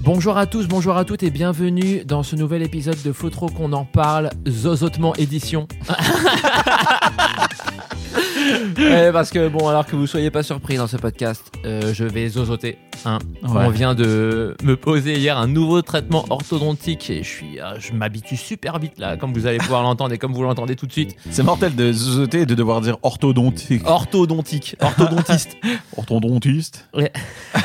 Bonjour à tous, bonjour à toutes et bienvenue dans ce nouvel épisode de Faut trop qu'on en parle, Zozotement édition. Parce que bon, alors que vous soyez pas surpris dans ce podcast, je vais zozoter. Hein. Ouais. On vient de me poser hier un nouveau traitement orthodontique et je m'habitue super vite là, comme vous allez pouvoir l'entendre et comme vous l'entendez tout de suite. C'est mortel de zozoter et de devoir dire orthodontique. Orthodontiste. Orthodontiste. Ouais.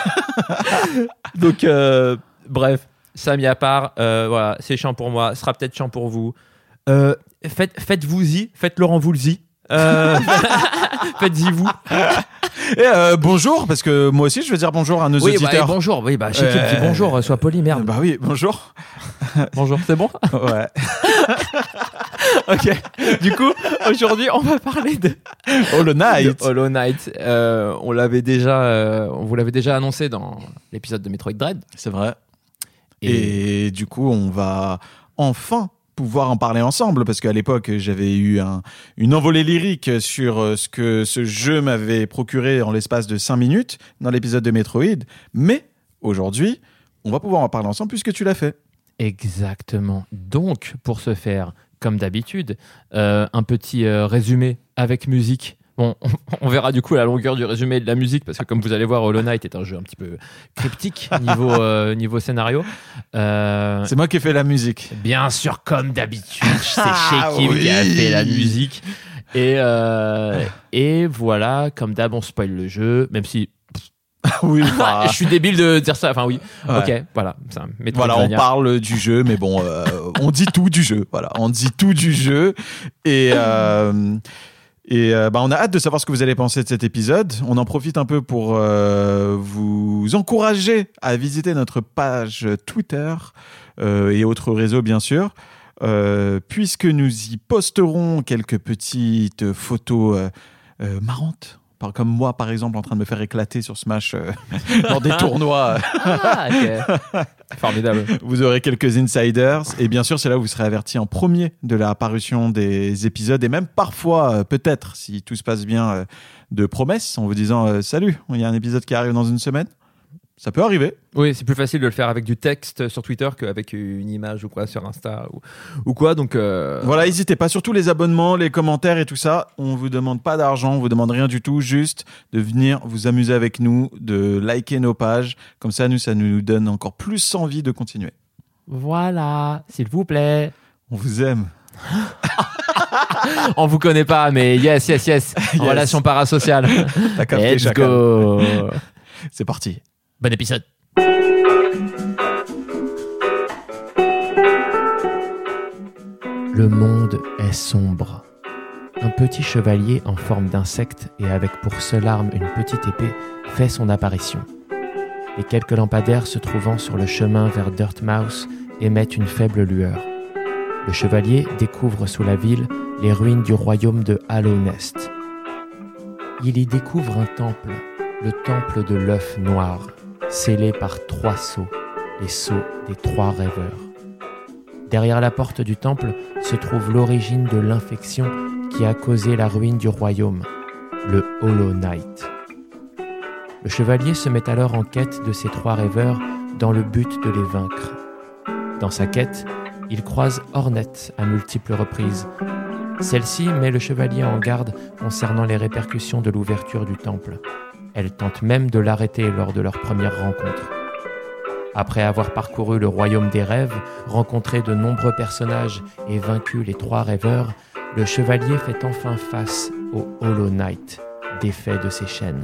Donc, bref, ça mis à part, voilà, c'est chiant pour moi, ce sera peut-être chiant pour vous. Faites-vous-y, faites Laurent Voulzy. Faites-y vous. Et bonjour, parce que moi aussi je veux dire bonjour à nos auditeurs. Bah, bonjour, oui, bah, je sais qui dit bonjour, sois poli, merde. Bah oui, bonjour. Bonjour, c'est bon? Ouais. Ok, du coup, aujourd'hui on va parler de Hollow Knight. Hollow Knight. On vous l'avait déjà annoncé dans l'épisode de Metroid Dread. C'est vrai. Et du coup, on va enfin pouvoir en parler ensemble, parce qu'à l'époque j'avais eu une envolée lyrique sur ce que ce jeu m'avait procuré en l'espace de 5 minutes dans l'épisode de Metroid, mais aujourd'hui on va pouvoir en parler ensemble puisque tu l'as fait. Exactement. Donc pour ce faire, comme d'habitude, un petit résumé avec musique. Bon, on verra du coup la longueur du résumé de la musique, parce que comme vous allez voir, Hollow Knight est un jeu un petit peu cryptique niveau scénario. C'est moi qui ai fait la musique. Bien sûr, comme d'habitude, c'est Shekim qui a fait la musique. Et voilà, comme d'hab, on spoil le jeu, même si... Oui, je suis débile de dire ça. Enfin oui, ouais. Ok, voilà. Voilà, on parle du jeu, mais bon, on dit tout du jeu. Voilà, on dit tout du jeu. Et on a hâte de savoir ce que vous allez penser de cet épisode. On en profite un peu pour vous encourager à visiter notre page Twitter et autres réseaux, bien sûr, puisque nous y posterons quelques petites photos marrantes. Comme moi, par exemple, en train de me faire éclater sur Smash dans des tournois. Ah, ok. Formidable. Vous aurez quelques insiders. Et bien sûr, c'est là où vous serez avertis en premier de la parution des épisodes. Et même parfois, peut-être, si tout se passe bien, de promesses en vous disant « Salut, il y a un épisode qui arrive dans une semaine ». Ça peut arriver. Oui, c'est plus facile de le faire avec du texte sur Twitter qu'avec une image ou quoi sur Insta ou quoi. Donc voilà, n'hésitez pas. Surtout les abonnements, les commentaires et tout ça. On vous demande pas d'argent, on vous demande rien du tout. Juste de venir vous amuser avec nous, de liker nos pages. Comme ça, ça nous donne encore plus envie de continuer. Voilà, s'il vous plaît. On vous aime. On vous connaît pas, mais yes. Relation parasociale. Let's go. C'est parti. Bon épisode. Le monde est sombre. Un petit chevalier en forme d'insecte et avec pour seule arme une petite épée fait son apparition. Les quelques lampadaires se trouvant sur le chemin vers Dirtmouth émettent une faible lueur. Le chevalier découvre sous la ville les ruines du royaume de Hallownest. Il y découvre un temple, le temple de l'œuf noir, scellé par 3 sceaux, les sceaux des 3 rêveurs. Derrière la porte du temple se trouve l'origine de l'infection qui a causé la ruine du royaume, le Hollow Knight. Le chevalier se met alors en quête de ces 3 rêveurs dans le but de les vaincre. Dans sa quête, il croise Hornet à multiples reprises. Celle-ci met le chevalier en garde concernant les répercussions de l'ouverture du temple. Elle tente même de l'arrêter lors de leur première rencontre. Après avoir parcouru le royaume des rêves, rencontré de nombreux personnages et vaincu les 3 rêveurs, le chevalier fait enfin face au Hollow Knight, défait de ses chaînes.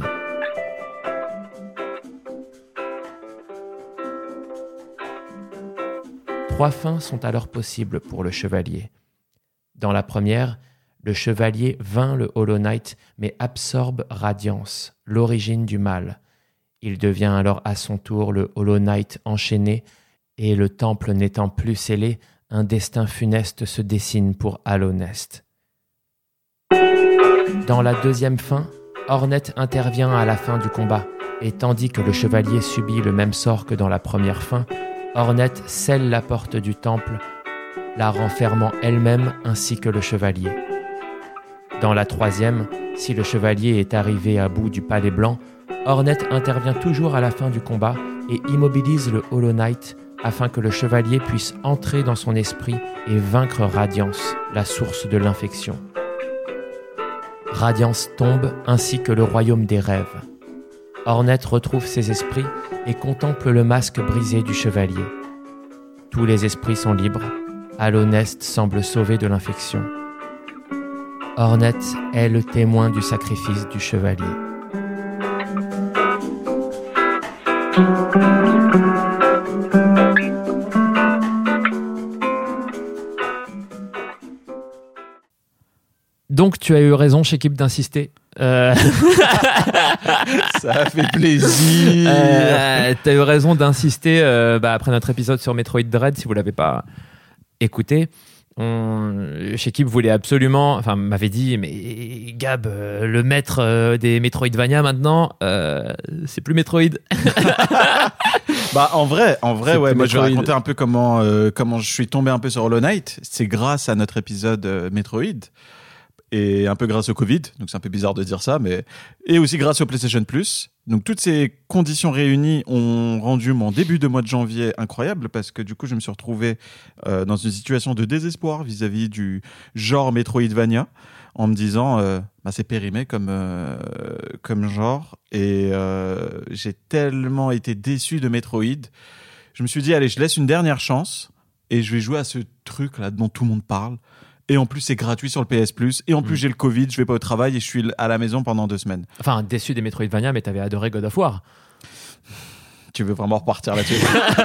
Trois fins sont alors possibles pour le chevalier. Dans la première, le chevalier vainc le Hollow Knight mais absorbe Radiance, l'origine du mal. Il devient alors à son tour le Hollow Knight enchaîné et le temple n'étant plus scellé, un destin funeste se dessine pour Hallownest. Dans la deuxième fin, Hornet intervient à la fin du combat et tandis que le chevalier subit le même sort que dans la première fin, Hornet scelle la porte du temple, la renfermant elle-même ainsi que le chevalier. Dans la troisième, si le chevalier est arrivé à bout du palais blanc, Hornet intervient toujours à la fin du combat et immobilise le Hollow Knight afin que le chevalier puisse entrer dans son esprit et vaincre Radiance, la source de l'infection. Radiance tombe ainsi que le royaume des rêves. Hornet retrouve ses esprits et contemple le masque brisé du chevalier. Tous les esprits sont libres. Hallownest semble sauvé de l'infection. Hornet est le témoin du sacrifice du chevalier. Donc tu as eu raison, Shekib, d'insister. Ça fait plaisir. Tu as eu raison d'insister après notre épisode sur Metroid Dread, si vous ne l'avez pas écouté. Shekib voulait absolument, m'avait dit, mais Gab, le maître des Metroidvania maintenant, c'est plus Metroid. En vrai, ouais. Moi, je vais raconter un peu comment je suis tombé un peu sur Hollow Knight. C'est grâce à notre épisode Metroid. Et un peu grâce au Covid, donc c'est un peu bizarre de dire ça, et aussi grâce au PlayStation Plus. Donc toutes ces conditions réunies ont rendu mon début de mois de janvier incroyable, parce que du coup je me suis retrouvé dans une situation de désespoir vis-à-vis du genre Metroidvania, en me disant c'est périmé comme genre, et j'ai tellement été déçu de Metroid. Je me suis dit allez, je laisse une dernière chance et je vais jouer à ce truc là dont tout le monde parle. Et en plus, c'est gratuit sur le PS Plus. Et en plus, j'ai le Covid, je vais pas au travail et je suis à la maison pendant 2 semaines. Enfin, déçu des Metroidvania, mais t'avais adoré God of War. Tu veux vraiment repartir là-dessus?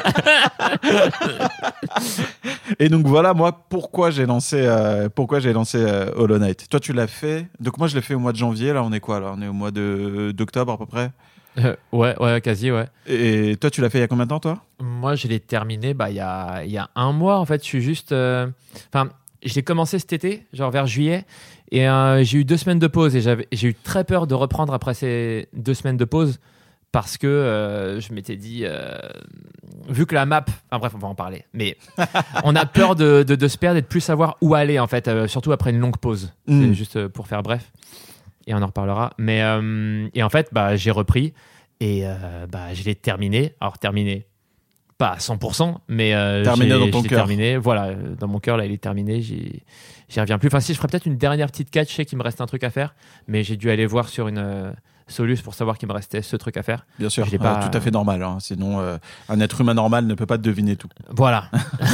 Et donc voilà, moi, pourquoi j'ai lancé Hollow Knight. Toi, tu l'as fait. Donc moi, je l'ai fait au mois de janvier. Là, on est quoi là? On est au mois d'octobre à peu près. Ouais, quasi, ouais. Et toi, tu l'as fait il y a combien de temps, toi? Moi, je l'ai terminé il y a 1 mois. En fait, je suis juste... je l'ai commencé cet été, genre vers juillet, et j'ai eu 2 semaines de pause, et j'ai eu très peur de reprendre après ces 2 semaines de pause, parce que je m'étais dit, vu que la map, on va en parler, mais on a peur de se perdre et de plus savoir où aller, en fait, surtout après une longue pause. C'est juste pour faire bref, et on en reparlera. Mais, et en fait, j'ai repris, et je l'ai terminé. Alors, terminé. Pas à 100%, mais terminé dans ton cœur. Terminé, voilà, dans mon cœur, là, il est terminé. J'y reviens plus. Enfin, si, je ferais peut-être une dernière petite catch, je sais qu'il me reste un truc à faire, mais j'ai dû aller voir sur une Solus pour savoir qu'il me restait ce truc à faire. Bien sûr, tout à fait normal. Hein. Sinon, un être humain normal ne peut pas deviner tout. Voilà.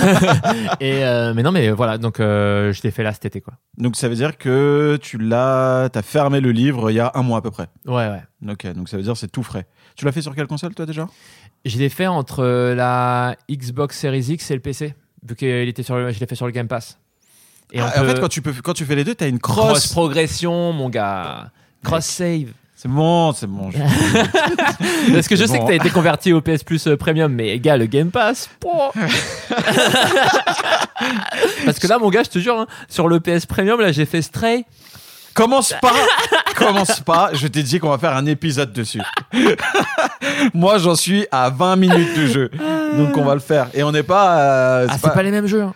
Mais voilà, donc je l'ai fait là cet été, quoi. Donc ça veut dire que t'as fermé le livre il y a 1 mois à peu près. Ouais. Ok, donc ça veut dire que c'est tout frais. Tu l'as fait sur quelle console, toi, déjà? Je l'ai fait entre la Xbox Series X et le PC, vu que je l'ai fait sur le Game Pass. Et en fait, quand tu fais les deux, t'as une cross progression, mon gars. Cross save. C'est bon. Parce que je sais que t'as été converti au PS Plus Premium, mais gars, le Game Pass. Parce que là, mon gars, je te jure, hein, sur le PS Premium, là, j'ai fait Stray. Commence pas, je t'ai dit qu'on va faire un épisode dessus. Moi, j'en suis à 20 minutes de jeu. Donc, on va le faire. Et on n'est pas... c'est pas les mêmes jeux. Hein.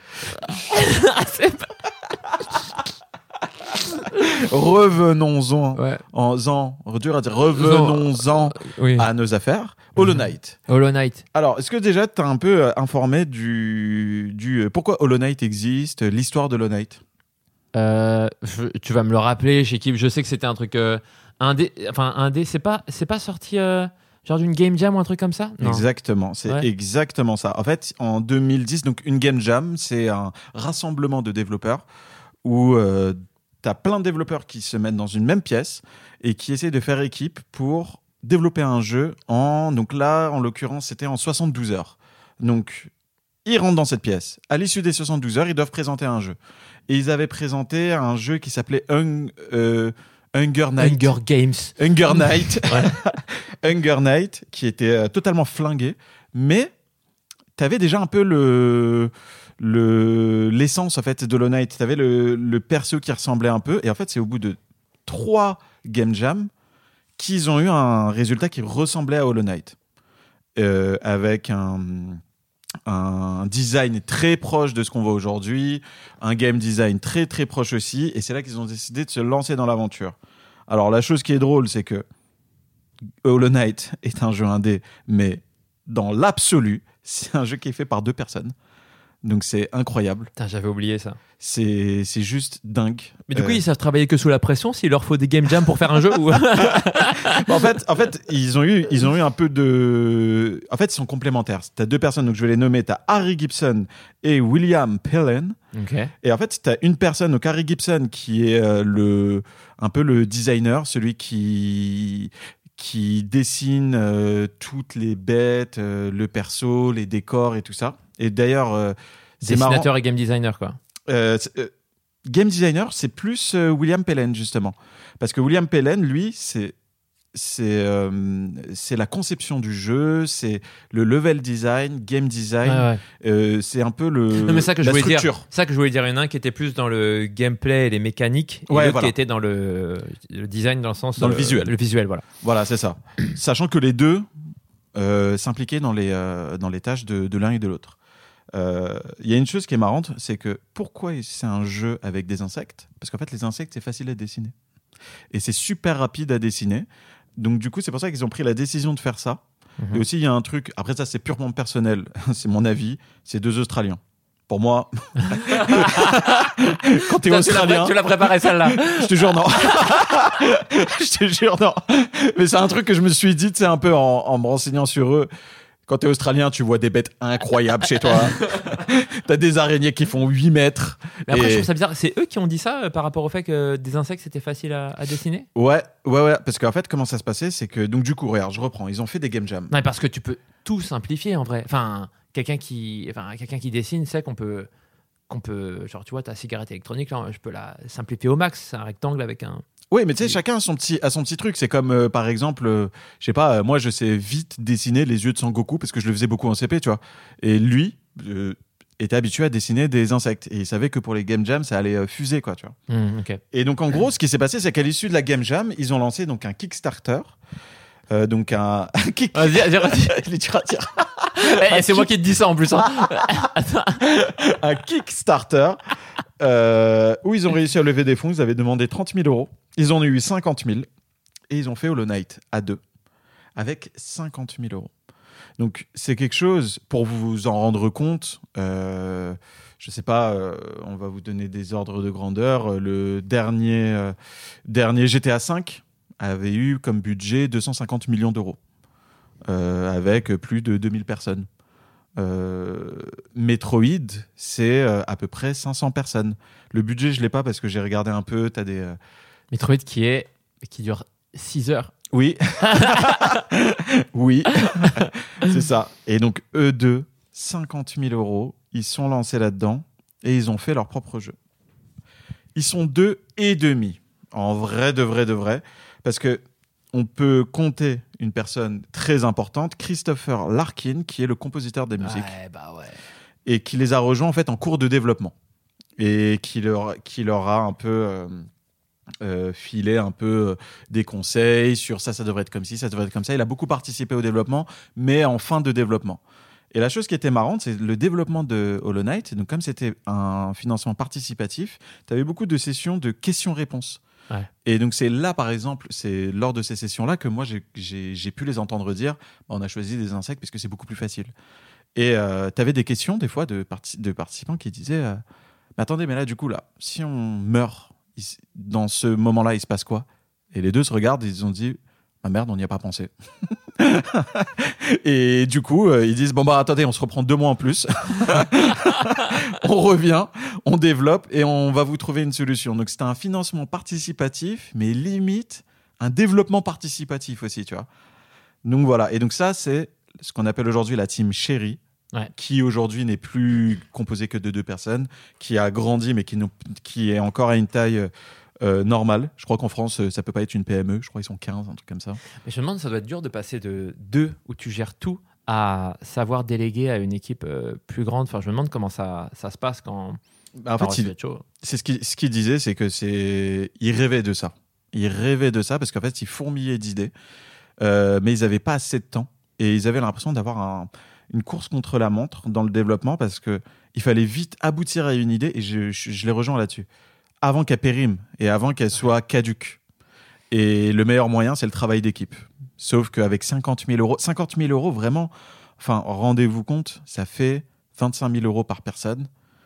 Revenons-en. Ouais. Dur à dire. Revenons-en à nos affaires. Hollow Knight. Alors, est-ce que déjà, tu as un peu informé du pourquoi Hollow Knight existe, l'histoire de Hollow Knight? Tu vas me le rappeler, Shekib. Je sais que c'était un truc indé. Enfin, indé, c'est pas sorti genre d'une Game Jam ou un truc comme ça? Non. Exactement, c'est exactement ça. En fait, en 2010, donc une Game Jam, c'est un rassemblement de développeurs où t'as plein de développeurs qui se mettent dans une même pièce et qui essaient de faire équipe pour développer un jeu donc là, en l'occurrence, c'était en 72 heures. Donc, ils rentrent dans cette pièce. À l'issue des 72 heures, ils doivent présenter un jeu. Et ils avaient présenté un jeu qui s'appelait Hunger Games. Hunger Night. Hunger Night, qui était totalement flingué. Mais t'avais déjà un peu l'essence en fait de Hollow Knight. T'avais le perso qui ressemblait un peu. Et en fait, c'est au bout de 3 Game Jam qu'ils ont eu un résultat qui ressemblait à Hollow Knight. Avec un design très proche de ce qu'on voit aujourd'hui, un game design très très proche aussi, et c'est là qu'ils ont décidé de se lancer dans l'aventure. Alors la chose qui est drôle, c'est que Hollow Knight est un jeu indé, mais dans l'absolu, c'est un jeu qui est fait par 2 personnes. Donc c'est incroyable. Putain, j'avais oublié ça. C'est juste dingue. Mais du coup, ils savent travailler que sous la pression s'il leur faut des game jams pour faire un jeu ou... En fait, ils ont eu un peu de... En fait, ils sont complémentaires. T'as 2 personnes, donc je vais les nommer. T'as Harry Gibson et William Pellen. Okay. Et en fait, t'as une personne, donc Harry Gibson, qui est un peu le designer, celui qui dessine toutes les bêtes, le perso, les décors et tout ça. Et d'ailleurs, c'est dessinateur marrant. et game designer, quoi. Game designer, c'est plus William Pellen, justement. Parce que William Pellen, lui, c'est la conception du jeu, c'est le level design, game design. Ouais. C'est un peu non, mais ça que je voulais structure. Dire, ça que je voulais dire, il y en a un qui était plus dans le gameplay et les mécaniques, et l'autre qui était dans le design dans le sens... Dans le visuel. Le visuel, voilà. Voilà, c'est ça. Sachant que les deux s'impliquaient dans les tâches de l'un et de l'autre. Il y a une chose qui est marrante, c'est que pourquoi c'est un jeu avec des insectes ? Parce qu'en fait, les insectes, c'est facile à dessiner. Et c'est super rapide à dessiner. Donc, du coup, c'est pour ça qu'ils ont pris la décision de faire ça. Et aussi, il y a un truc, après ça, c'est purement personnel, c'est mon avis, c'est 2 Australiens. Pour moi, quand t'es Australien... Tu l'as préparé celle-là. Je te jure, non. Je te jure, non. Mais c'est un truc que je me suis dit, tu sais, un peu en me renseignant sur eux. Quand t'es Australien, tu vois des bêtes incroyables chez toi. T'as des araignées qui font 8 mètres. Mais après, je trouve ça bizarre. C'est eux qui ont dit ça par rapport au fait que des insectes, c'était facile à dessiner ? Ouais. Parce qu'en fait, comment ça se passait, c'est que... Donc, du coup, regarde, je reprends. Ils ont fait des game jams. Non, parce que tu peux tout simplifier, en vrai. Enfin, quelqu'un qui dessine sait qu'on peut... Genre, tu vois, ta cigarette électronique, là, je peux la simplifier au max. C'est un rectangle avec un... Oui, mais tu sais, chacun a son petit truc. C'est comme, par exemple, je sais pas, moi, je sais vite dessiner les yeux de Sangoku parce que je le faisais beaucoup en CP, tu vois. Et lui était habitué à dessiner des insectes. Et il savait que pour les game jams, ça allait fuser, quoi, tu vois. Okay. Et donc, en gros, ce qui s'est passé, c'est qu'à l'issue de la game jam, ils ont lancé donc un Kickstarter. Donc un kick. C'est moi qui te dis ça en plus. Hein. Un Kickstarter où ils ont réussi à lever des fonds. Ils avaient demandé 30 000 €. Ils en ont eu 50 000 et ils ont fait Hollow Knight à 2 avec 50 000 €. Donc c'est quelque chose pour vous en rendre compte. Je sais pas, on va vous donner des ordres de grandeur. Le dernier GTA V avait eu comme budget 250 millions d'euros avec plus de 2000 personnes. Metroid, c'est à peu près 500 personnes. Le budget, je l'ai pas parce que j'ai regardé un peu. T'as des Metroid qui dure 6 heures. Oui, oui, c'est ça. Et donc eux deux, 50 000 €, ils sont lancés là-dedans et ils ont fait leur propre jeu. Ils sont 2,5 en vrai de vrai, parce que on peut compter une personne très importante, Christopher Larkin, qui est le compositeur des musiques. Ouais. Et qui les a rejoints en fait en cours de développement et qui leur a un peu filé un peu des conseils sur ça devrait être comme ci, ça devrait être comme ça. Il a beaucoup participé au développement, mais en fin de développement. Et la chose qui était marrante, c'est le développement de Hollow Knight. Donc comme c'était un financement participatif, tu avais beaucoup de sessions de questions-réponses. Ouais. Et donc c'est là, par exemple, c'est lors de ces sessions-là que moi j'ai pu les entendre dire on a choisi des insectes parce que c'est beaucoup plus facile. Et tu avais des questions des fois de participants qui disaient mais attendez, mais là du coup là, si on meurt dans ce moment-là, il se passe quoi ? Et les deux se regardent et ils ont dit ah merde, on n'y a pas pensé. Et du coup ils disent bon bah attendez, on se reprend 2 mois en plus. On revient, on développe et on va vous trouver une solution. Donc c'était un financement participatif, mais limite un développement participatif aussi, tu vois. Donc voilà, et donc ça c'est ce qu'on appelle aujourd'hui la team Chérie, qui aujourd'hui n'est plus composée que de 2 personnes, qui a grandi mais qui est encore à une taille normale. Je crois qu'en France ça peut pas être une PME, je crois qu'ils sont 15, un truc comme ça. Mais je me demande, ça doit être dur de passer de 2 où tu gères tout à savoir déléguer à une équipe plus grande. Enfin, je me demande comment ça se passe quand... En fait, c'est ce qu'il disait, c'est que il rêvait de ça. Il rêvait de ça parce qu'en fait, il fourmillait d'idées, mais ils n'avaient pas assez de temps et ils avaient l'impression d'avoir une course contre la montre dans le développement parce que il fallait vite aboutir à une idée et je les rejoins là-dessus. Avant qu'elle périme et avant qu'elle soit caduque. Et le meilleur moyen, c'est le travail d'équipe. Sauf qu'avec 50 000 €, vraiment, Enfin, rendez-vous compte, ça fait 25 000 euros par personne.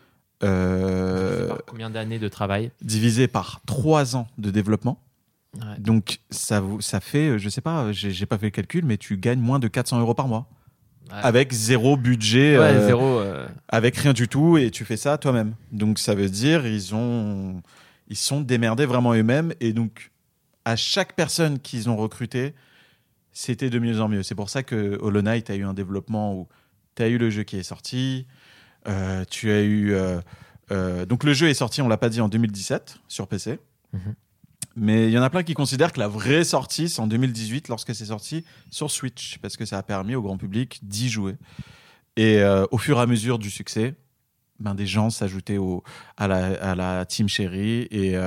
Combien d'années de travail divisé par 3 ans de développement. Ouais. Donc, ça fait, je sais pas, j'ai pas fait le calcul, mais tu gagnes moins de 400 euros par mois. Ouais. Avec zéro budget. Zéro. Avec rien du tout, et tu fais ça toi-même. Donc, ça veut dire ils sont démerdés vraiment eux-mêmes. Et donc, à chaque personne qu'ils ont recruté, c'était de mieux en mieux. C'est pour ça que Hollow Knight a eu un développement où tu as eu le jeu qui est sorti. Tu as eu... donc le jeu est sorti, on l'a pas dit, en 2017 sur PC. Mais il y en a plein qui considèrent que la vraie sortie, c'est en 2018 lorsque c'est sorti sur Switch, parce que ça a permis au grand public d'y jouer. Et au fur et à mesure du succès, des gens s'ajoutaient à la Team Cherry et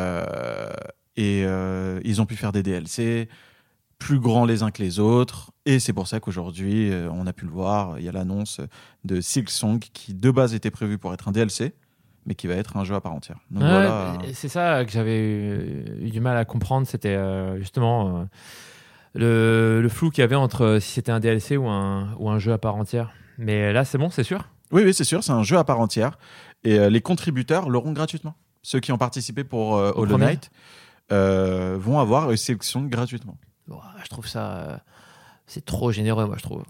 ils ont pu faire des DLC plus grands les uns que les autres. Et c'est pour ça qu'aujourd'hui, on a pu le voir, il y a l'annonce de Silksong qui de base était prévu pour être un DLC, mais qui va être un jeu à part entière. Donc voilà. C'est ça que j'avais eu du mal à comprendre, c'était justement le flou qu'il y avait entre si c'était un DLC ou un jeu à part entière. Mais là, c'est bon, c'est sûr ? Oui, c'est sûr, c'est un jeu à part entière. Et les contributeurs l'auront gratuitement. Ceux qui ont participé pour Hollow Knight vont avoir Silksong gratuitement. Bon, je trouve ça... c'est trop généreux, moi, je trouve.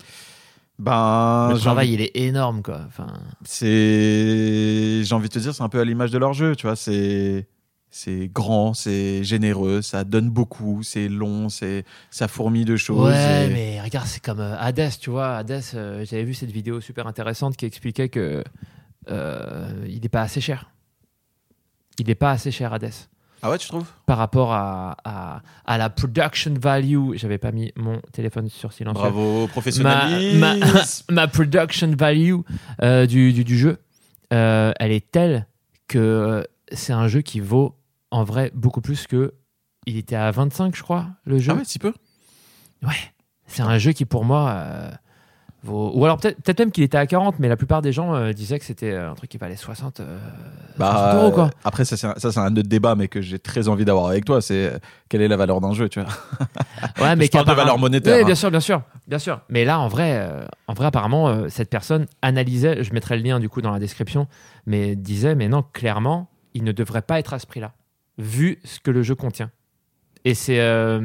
Le travail, il est énorme, quoi. Enfin... j'ai envie de te dire, c'est un peu à l'image de leur jeu, tu vois. C'est grand, c'est généreux, ça donne beaucoup, c'est long, ça fourmille de choses. Ouais, mais regarde, c'est comme Hades, tu vois. Hades, j'avais vu cette vidéo super intéressante qui expliquait que il n'est pas assez cher. Il n'est pas assez cher, Hades. Ah ouais, tu trouves ? Par rapport à la production value, j'avais pas mis mon téléphone sur silencieux. Bravo, professionnalisme. Ma production value du jeu, elle est telle que c'est un jeu qui vaut en vrai beaucoup plus que... Il était à 25, je crois, le jeu. Ah ouais, si peu ? Ouais, c'est un jeu qui pour moi vaut... Ou alors peut-être même qu'il était à 40, mais la plupart des gens disaient que c'était un truc qui valait 60 euros, quoi. Après, ça c'est un autre débat, mais que j'ai très envie d'avoir avec toi, c'est quelle est la valeur d'un jeu, tu vois. Ouais, mais je parle de valeur monétaire. Oui, bien sûr. Mais là, en vrai, apparemment, cette personne analysait, je mettrai le lien du coup dans la description, mais disait, mais non, clairement, il ne devrait pas être à ce prix-là, vu ce que le jeu contient. Et c'est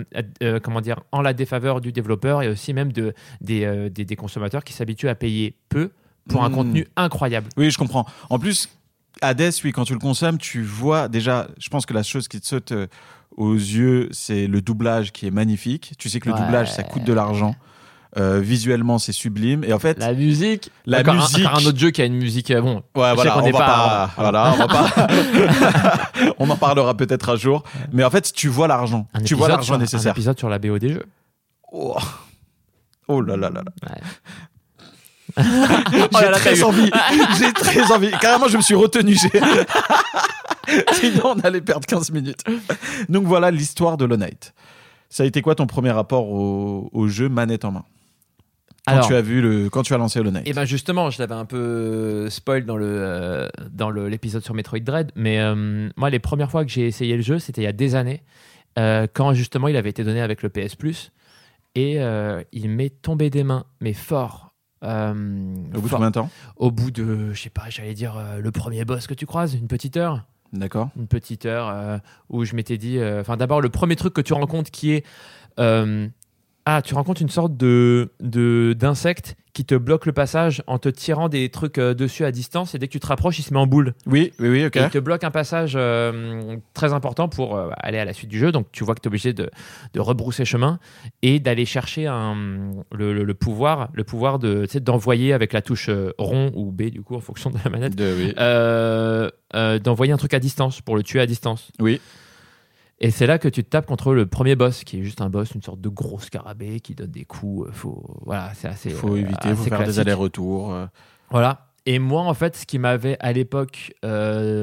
en la défaveur du développeur et aussi même des consommateurs qui s'habituent à payer peu pour un contenu incroyable. Oui, je comprends. En plus, Hades, oui, quand tu le consommes, tu vois déjà, je pense que la chose qui te saute aux yeux, c'est le doublage qui est magnifique. Tu sais que le doublage, ça coûte de l'argent. Visuellement, c'est sublime. Et en fait, la musique. Encore un autre jeu qui a une musique. Bon, ouais, voilà, on va pas. On en parlera peut-être un jour. Mais en fait, tu vois l'argent. Tu vois l'argent nécessaire. Un épisode sur la BO des jeux. Oh là là là là. Ouais. J'ai très envie. Carrément, je me suis retenu. Sinon, on allait perdre 15 minutes. Donc voilà l'histoire de Hollow Knight. Ça a été quoi ton premier rapport au jeu manette en main ? Quand tu as lancé Hollow Knight. Et ben justement, je l'avais un peu spoil dans l'épisode sur Metroid Dread, mais moi les premières fois que j'ai essayé le jeu, c'était il y a des années, quand justement il avait été donné avec le PS Plus, et il m'est tombé des mains, mais fort. Au bout de combien de temps ? Au bout de, je sais pas, j'allais dire le premier boss que tu croises, une petite heure. D'accord. Une petite heure où je m'étais dit, d'abord le premier truc que tu rencontres qui est tu rencontres une sorte d'insecte qui te bloque le passage en te tirant des trucs dessus à distance, et dès que tu te rapproches, il se met en boule. Oui, ok. Et il te bloque un passage très important pour aller à la suite du jeu. Donc tu vois que tu es obligé de rebrousser chemin et d'aller chercher le pouvoir d'envoyer avec la touche rond ou B du coup en fonction de la manette, d'envoyer un truc à distance pour le tuer à distance. Oui. Et c'est là que tu te tapes contre le premier boss, qui est juste un boss, une sorte de gros scarabée qui donne des coups. C'est assez. Il faut éviter, il faut faire des allers-retours. Voilà. Et moi, en fait, ce qui m'avait à l'époque, qui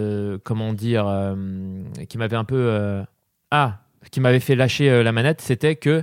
m'avait un peu. Qui m'avait fait lâcher la manette, c'était que.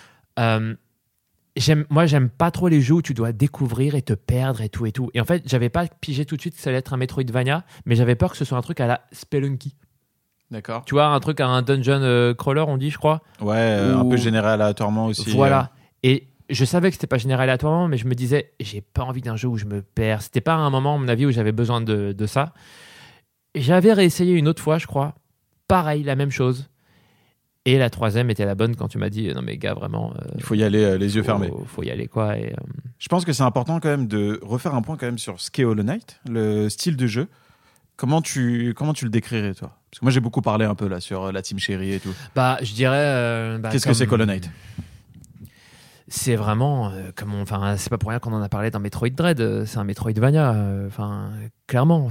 J'aime pas trop les jeux où tu dois découvrir et te perdre et tout et tout. Et en fait, j'avais pas pigé tout de suite que ça allait être un Metroidvania, mais j'avais peur que ce soit un truc à la Spelunky. D'accord. Tu vois, un truc à un dungeon crawler, on dit, je crois. Ouais, un peu général aléatoirement aussi. Voilà. Et je savais que c'était pas généré aléatoirement, mais je me disais, j'ai pas envie d'un jeu où je me perds. C'était pas un moment, à mon avis, où j'avais besoin de ça. J'avais réessayé une autre fois, je crois. Pareil, la même chose. Et la troisième était la bonne quand tu m'as dit, non mais gars, vraiment... il faut y aller les yeux fermés. Faut y aller, quoi. Et, Je pense que c'est important quand même de refaire un point quand même sur ce qu'est Hollow Knight, le style de jeu. Comment tu le décrirais, toi? Parce que moi, j'ai beaucoup parlé un peu là sur la Team Cherry et tout. Bah, je dirais... Qu'est-ce que c'est Hollow Knight? C'est vraiment... c'est pas pour rien qu'on en a parlé dans Metroid Dread. C'est un Metroidvania. Clairement,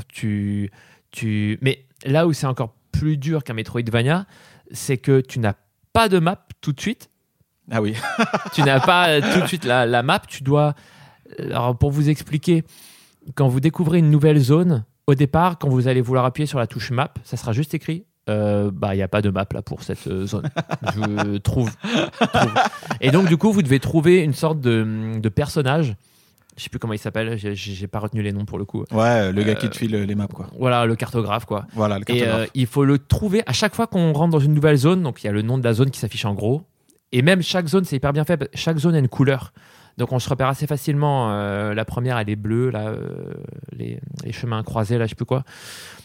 Mais là où c'est encore plus dur qu'un Metroidvania, c'est que tu n'as pas de map tout de suite. Ah oui. Tu n'as pas tout de suite la map. Tu dois... Alors, pour vous expliquer, quand vous découvrez une nouvelle zone, au départ, quand vous allez vouloir appuyer sur la touche map, ça sera juste écrit il n'y a pas de map là pour cette zone. Je trouve. Et donc, du coup, vous devez trouver une sorte de personnage. Je sais plus comment il s'appelle, j'ai pas retenu les noms pour le coup. Ouais, le gars qui te file les maps, quoi. Voilà, le cartographe, quoi. Voilà, le cartographe. Et il faut le trouver à chaque fois qu'on rentre dans une nouvelle zone. Donc, il y a le nom de la zone qui s'affiche en gros. Et même chaque zone, c'est hyper bien fait. Chaque zone a une couleur. Donc, on se repère assez facilement. La première, elle est bleue, là, les chemins croisés, là, je sais plus quoi.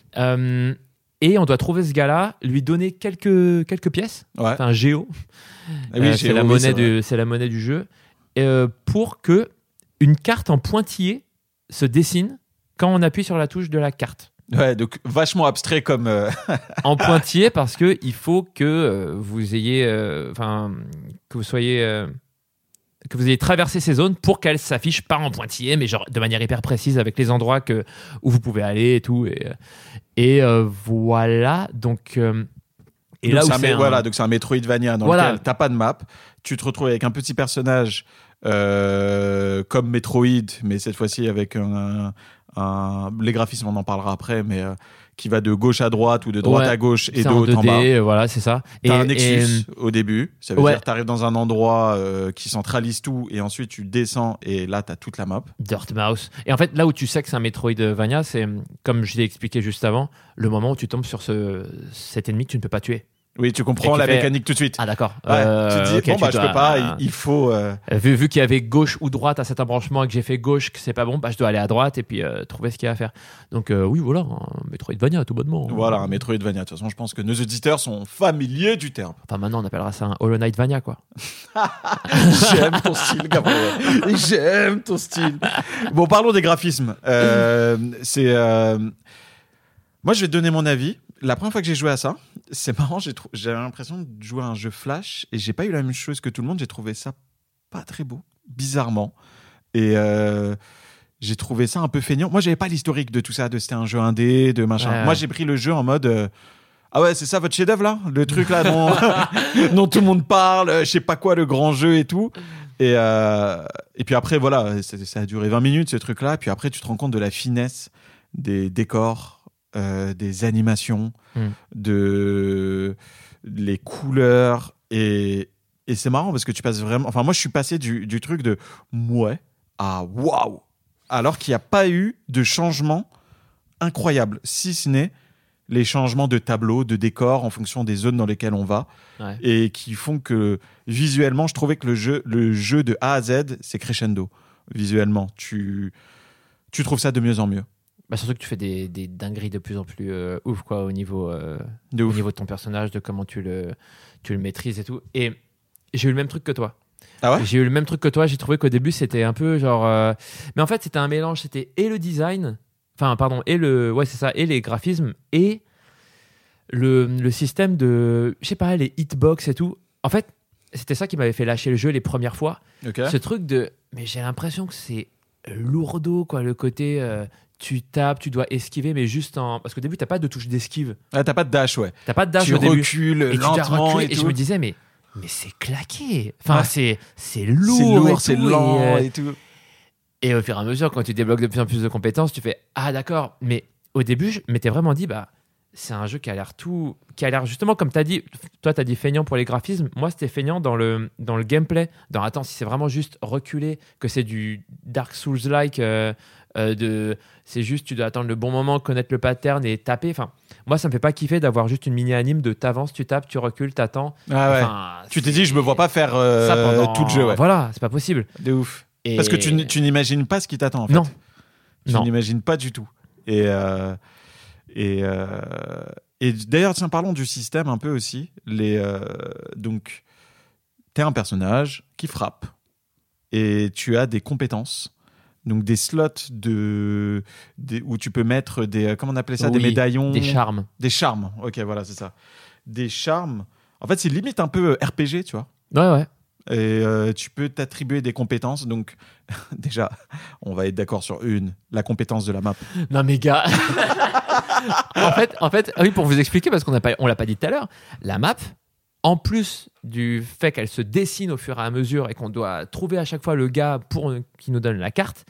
Et on doit trouver ce gars-là, lui donner quelques pièces, enfin géo. Oui, c'est la monnaie du jeu, pour que une carte en pointillé se dessine quand on appuie sur la touche de la carte. Ouais, donc vachement abstrait comme... En pointillé parce que il faut que vous ayez, que vous soyez... que vous ayez traversé ces zones pour qu'elles s'affichent pas en pointillé, mais genre de manière hyper précise avec les endroits où vous pouvez aller et tout. Et voilà. Donc, et là où c'est donc c'est un Metroidvania dans lequel t'as pas de map. Tu te retrouves avec un petit personnage comme Metroid, mais cette fois-ci avec les graphismes, on en parlera après, mais qui va de gauche à droite ou de droite à gauche et de haut en bas. Voilà, c'est ça. T'as un Nexus au début, ça veut dire que t'arrives dans un endroit qui centralise tout et ensuite tu descends et là t'as toute la map. Dirt Mouse. Et en fait, là où tu sais que c'est un Metroidvania, c'est, comme je l'ai expliqué juste avant, le moment où tu tombes sur cet ennemi que tu ne peux pas tuer. Oui, tu comprends la mécanique tout de suite. Ah d'accord. Ouais, tu te dis, je peux pas, il faut... Vu qu'il y avait gauche ou droite à cet embranchement et que j'ai fait gauche, que c'est pas bon, je dois aller à droite et puis trouver ce qu'il y a à faire. Donc oui, voilà, un Metroidvania tout bonnement. Voilà, un Metroidvania. De toute façon, je pense que nos auditeurs sont familiers du terme. Enfin, maintenant, on appellera ça un Hollow Knightvania, quoi. J'aime ton style, Gabriel. J'aime ton style. Bon, parlons des graphismes. Moi, je vais te donner mon avis. La première fois que j'ai joué à ça, c'est marrant, j'avais l'impression de jouer à un jeu Flash et j'ai pas eu la même chose que tout le monde. J'ai trouvé ça pas très beau, bizarrement. Et j'ai trouvé ça un peu feignant. Moi, j'avais pas l'historique de tout ça, de c'était un jeu indé, de machin. Ouais. Moi, j'ai pris le jeu en mode ah ouais, c'est ça votre chef-d'œuvre là, le truc là dont tout le monde parle, je sais pas quoi, le grand jeu et tout. Et puis après, voilà, ça a duré 20 minutes ce truc là. Puis après, tu te rends compte de la finesse des décors. Des animations, de les couleurs et c'est marrant parce que tu passes vraiment. Enfin, moi, je suis passé du truc de mouais à waouh, alors qu'il n'y a pas eu de changement incroyable, si ce n'est les changements de tableau, de décor en fonction des zones dans lesquelles on va, et qui font que visuellement, je trouvais que le jeu de A à Z, c'est crescendo. Visuellement, tu trouves ça de mieux en mieux. Bah surtout que tu fais des dingueries de plus en plus ouf, quoi, au niveau de ton personnage, de comment tu le maîtrises et tout. Et j'ai eu le même truc que toi. Ah ouais ? J'ai eu le même truc que toi. J'ai trouvé qu'au début, c'était un peu genre... Mais en fait, c'était un mélange. C'était et le design... Enfin, pardon, et c'est ça, et les graphismes, et le système de... Je sais pas, les hitbox et tout. En fait, c'était ça qui m'avait fait lâcher le jeu les premières fois. Okay. Ce truc de... Mais j'ai l'impression que c'est lourdeau, quoi, le côté... tu tapes, tu dois esquiver, mais juste en... Parce qu'au début, t'as pas de touche d'esquive. Ah, t'as pas de dash, ouais. T'as pas de dash tu au début. Tu recules lentement et tout. Et je me disais, mais c'est claqué. Enfin, c'est lourd. C'est lourd, c'est lent et tout. Et au fur et à mesure, quand tu débloques de plus en plus de compétences, tu fais « Ah, d'accord. » Mais au début, je m'étais vraiment dit, c'est un jeu qui a l'air justement, comme tu as dit, toi, tu as dit feignant pour les graphismes. Moi, c'était feignant dans le gameplay. Attends, si c'est vraiment juste reculé, que c'est du Dark Souls-like C'est juste, tu dois attendre le bon moment, connaître le pattern et taper. Enfin, moi, ça me fait pas kiffer d'avoir juste une mini-anime de t'avances, tu tapes, tu recules, t'attends. Ah ouais. Enfin, Tu t'es dit, je me vois pas faire ça pendant tout le jeu. Ouais. Voilà, c'est pas possible. De ouf. Et... Parce que tu n'imagines pas ce qui t'attend en fait. Non. Tu n'imagines pas du tout. Et d'ailleurs, tiens, parlons du système un peu aussi. Donc, t'es un personnage qui frappe et tu as des compétences. Donc des slots où tu peux mettre des comment on appelait ça, des médaillons, des charmes. Des charmes. Ok, voilà, c'est ça. Des charmes. En fait, c'est limite un peu RPG, tu vois. Ouais. Et tu peux t'attribuer des compétences. Donc déjà, on va être d'accord sur la compétence de la map. Non mais gars. en fait, oui, pour vous expliquer, parce qu'on l'a pas dit tout à l'heure, la map, en plus du fait qu'elle se dessine au fur et à mesure et qu'on doit trouver à chaque fois le gars qui nous donne la carte,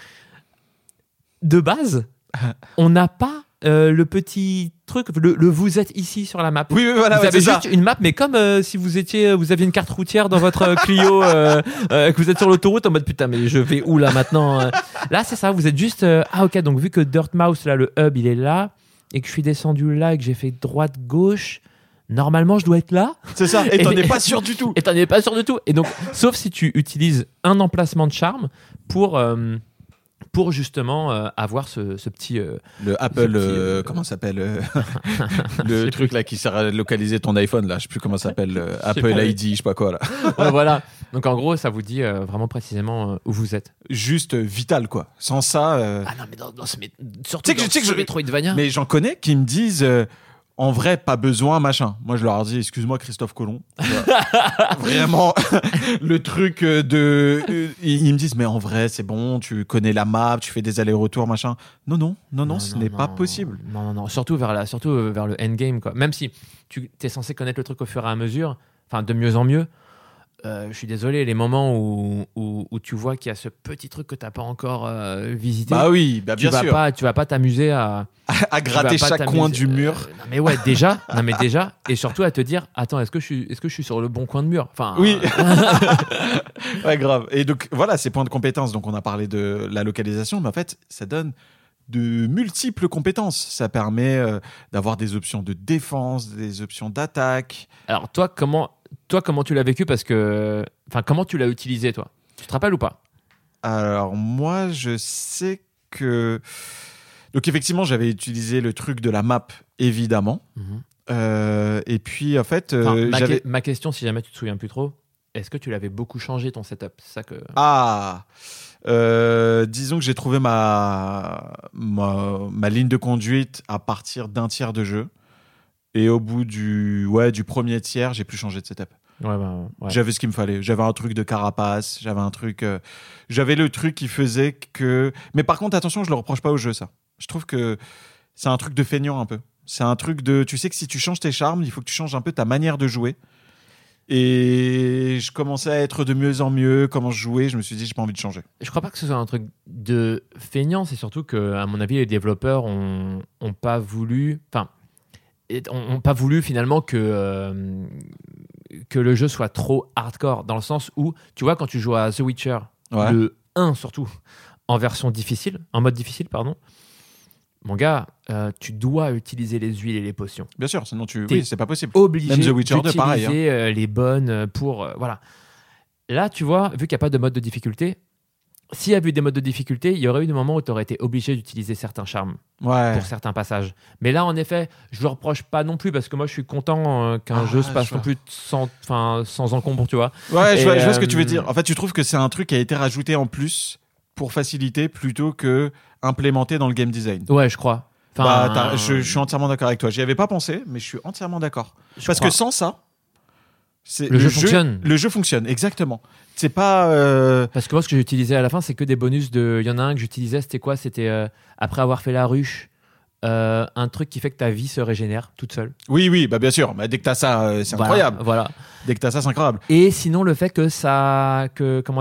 de base, on n'a pas le petit truc, le vous êtes ici sur la map. Oui, voilà, vous avez juste ça. une map, mais comme si vous aviez une carte routière dans votre Clio, que vous êtes sur l'autoroute en mode putain, mais je vais où là maintenant Là, c'est ça, vous êtes juste ok, donc vu que Dirt Mouse, là, le hub, il est là, et que je suis descendu là et que j'ai fait droite-gauche, normalement, je dois être là. C'est ça, et t'en es pas sûr du tout. Et t'en es pas sûr du tout. Et donc, sauf si tu utilises un emplacement de charme pour justement avoir ce petit... le Apple, comment ça s'appelle le truc là qui sert à localiser ton iPhone, là, je sais plus comment ça s'appelle, Apple ID, je sais pas quoi là. Ouais, voilà. Donc en gros, ça vous dit vraiment précisément où vous êtes. Juste vital quoi. Sans ça... Ah non, mais surtout dans ce Metroidvania. Mais j'en connais qui me disent... en vrai, pas besoin, machin. Moi, je leur dis, excuse-moi, Christophe Colomb. Vraiment, le truc ils me disent, mais en vrai, c'est bon, tu connais la map, tu fais des allers-retours, machin. Non, ce n'est pas possible. Non. Surtout vers le endgame, quoi. Même si tu es censé connaître le truc au fur et à mesure, enfin, de mieux en mieux. Je suis désolé, les moments où tu vois qu'il y a ce petit truc que tu n'as pas encore visité. Bah oui, bien sûr. Tu vas pas t'amuser à gratter chaque coin du mur. Non mais ouais, déjà, et surtout à te dire, attends, est-ce que je suis sur le bon coin de mur ? Enfin. Oui. Ouais, grave. Et donc voilà, ces points de compétence. Donc on a parlé de la localisation, mais en fait, ça donne de multiples compétences. Ça permet d'avoir des options de défense, des options d'attaque. Alors toi, comment tu l'as vécu ? Parce que, enfin, comment tu l'as utilisé, toi ? Tu te rappelles ou pas ? Alors moi, je sais que... Donc effectivement, j'avais utilisé le truc de la map, évidemment. Et puis, en fait... ma question, si jamais tu te souviens plus trop, est-ce que tu l'avais beaucoup changé, ton setup ? C'est ça que... Ah disons que j'ai trouvé ma ligne de conduite à partir d'un tiers de jeu. Et au bout du premier tiers, j'ai plus changé de setup. Ouais. J'avais ce qu'il me fallait. J'avais un truc de carapace, j'avais le truc qui faisait que... Mais par contre, attention, je le reproche pas au jeu, ça. Je trouve que c'est un truc de feignant un peu. C'est un truc de... Tu sais que si tu changes tes charmes, il faut que tu changes un peu ta manière de jouer. Et je commençais à être de mieux en mieux. Comment je jouais, je me suis dit, j'ai pas envie de changer. Je crois pas que ce soit un truc de feignant. C'est surtout que, à mon avis, les développeurs ont pas voulu... Enfin, ont pas voulu finalement que le jeu soit trop hardcore, dans le sens où, tu vois, quand tu joues à The Witcher, le 1 surtout, en mode difficile, pardon, mon gars, tu dois utiliser les huiles et les potions. Bien sûr, sinon c'est pas possible. Obligé même The Witcher 2, pareil, d'utiliser les bonnes pour... voilà. Là, tu vois, vu qu'il n'y a pas de mode de difficulté, s'il y avait eu des modes de difficulté, il y aurait eu des moments où tu aurais été obligé d'utiliser certains charmes pour certains passages. Mais là, en effet, je ne le reproche pas non plus, parce que moi, je suis content qu'un jeu se passe non plus sans encombre, tu vois. Ouais, je vois ce que tu veux dire. En fait, tu trouves que c'est un truc qui a été rajouté en plus pour faciliter plutôt que implémenté dans le game design. Ouais, je crois. Enfin, je suis entièrement d'accord avec toi. J'y avais pas pensé, mais je suis entièrement d'accord. Parce que sans ça, le jeu fonctionne. Le jeu fonctionne, exactement. C'est pas... Parce que moi, ce que j'utilisais à la fin, c'est que des bonus de... Il y en a un que j'utilisais, c'était quoi ? C'était après avoir fait la ruche, un truc qui fait que ta vie se régénère toute seule. Oui, bah bien sûr. Dès que t'as ça, c'est incroyable. Voilà. Dès que t'as ça, c'est incroyable. Et sinon, le fait que ça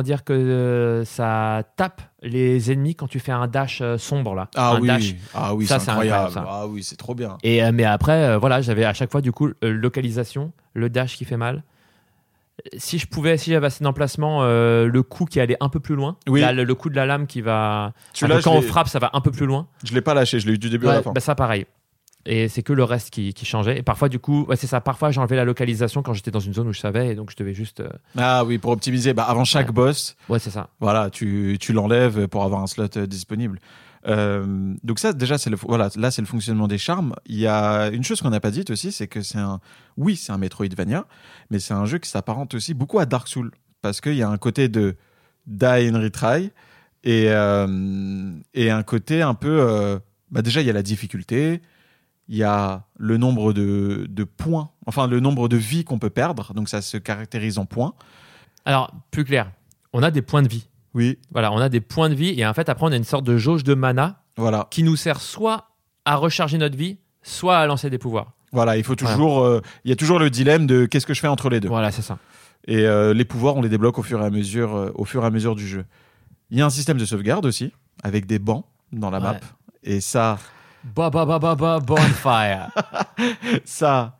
tape les ennemis quand tu fais un dash sombre, là. Dash. Ça, c'est incroyable. Ah oui, c'est trop bien. Et, mais après, voilà, j'avais à chaque fois, du coup, localisation, le dash qui fait mal, Si j'avais assez d'emplacement, le coup qui allait un peu plus loin, Oui. le coup de la lame qui va. Celui-là, Quand on frappe, ça va un peu plus loin. Je l'ai pas lâché, je l'ai eu du début à la fin. Bah ça, pareil. Et c'est que le reste qui changeait. Et parfois, du coup, c'est ça. Parfois, j'enlevais la localisation quand j'étais dans une zone où je savais, et donc je devais juste. Ah oui, pour optimiser. Avant chaque boss, Ouais, c'est ça. voilà, tu l'enlèves pour avoir un slot disponible. Donc ça, déjà, c'est le fonctionnement des charmes. Il y a une chose qu'on n'a pas dite aussi, c'est que c'est un Metroidvania, mais c'est un jeu qui s'apparente aussi beaucoup à Dark Souls, parce qu'il y a un côté de die and retry et un côté un peu. Déjà, il y a la difficulté. Il y a le nombre de points, enfin le nombre de vies qu'on peut perdre, donc ça se caractérise en points. Alors, plus clair, on a des points de vie. Oui. Voilà, on a des points de vie et en fait, après, on a une sorte de jauge de mana qui nous sert soit à recharger notre vie, soit à lancer des pouvoirs. Voilà, il faut toujours, il y a toujours le dilemme de qu'est-ce que je fais entre les deux. Voilà, c'est ça. Et les pouvoirs, on les débloque au fur et à mesure du jeu. Il y a un système de sauvegarde aussi, avec des bancs dans la map. Et ça... Bonfire. Ça,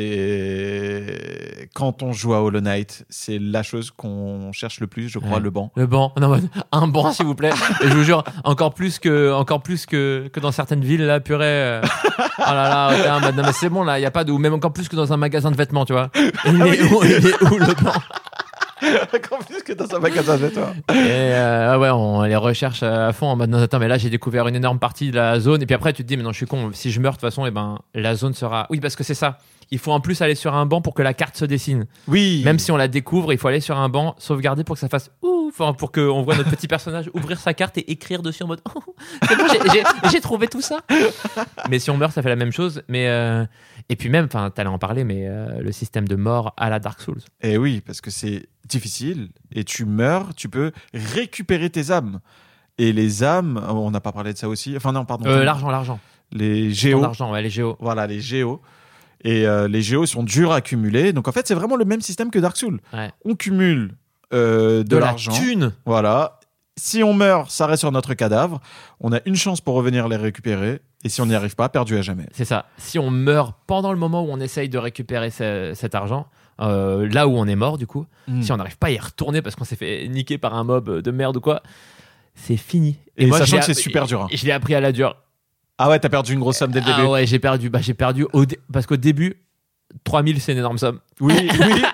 c'est... Quand on joue à Hollow Knight, c'est la chose qu'on cherche le plus, je crois, le banc. Le banc. Non, un banc, s'il vous plaît. Et je vous jure, encore plus que dans certaines villes, là, purée. Oh là là, non, mais c'est bon, là, il n'y a pas de... Ou même encore plus que dans un magasin de vêtements, tu vois. Il est où le banc? Encore plus que dans un magasin de toi. Et on les recherche à fond en mode non, attends, mais là j'ai découvert une énorme partie de la zone. Et puis après tu te dis mais non, je suis con, si je meurs de toute façon, la zone sera. Oui, parce que c'est ça. Il faut en plus aller sur un banc pour que la carte se dessine. Oui. Même si on la découvre, il faut aller sur un banc, sauvegarder pour que ça fasse pour qu'on voit notre petit personnage ouvrir sa carte et écrire dessus en mode c'est bon, j'ai trouvé tout ça. Mais si on meurt, ça fait la même chose. Mais et puis même, t'allais en parler, mais le système de mort à la Dark Souls. Et oui, parce que c'est difficile et tu meurs, tu peux récupérer tes âmes. Et les âmes, on n'a pas parlé de ça aussi. Enfin non, pardon. L'argent. Les géos. L'argent, les géos. Voilà, les géos. Et les géos sont durs à cumuler. Donc en fait, c'est vraiment le même système que Dark Souls. Ouais. On cumule de l'argent. La thune. Voilà. Si on meurt, ça reste sur notre cadavre. On a une chance pour revenir les récupérer. Et si on n'y arrive pas, perdu à jamais. C'est ça. Si on meurt pendant le moment où on essaye de récupérer cet argent, là où on est mort, du coup, si on n'arrive pas à y retourner parce qu'on s'est fait niquer par un mob de merde ou quoi, c'est fini. Et moi, sachant que c'est super dur. Je l'ai appris à la dure. Ah ouais, t'as perdu une grosse somme dès le début. Ah ouais, j'ai perdu parce qu'au début, 3000, c'est une énorme somme. Oui.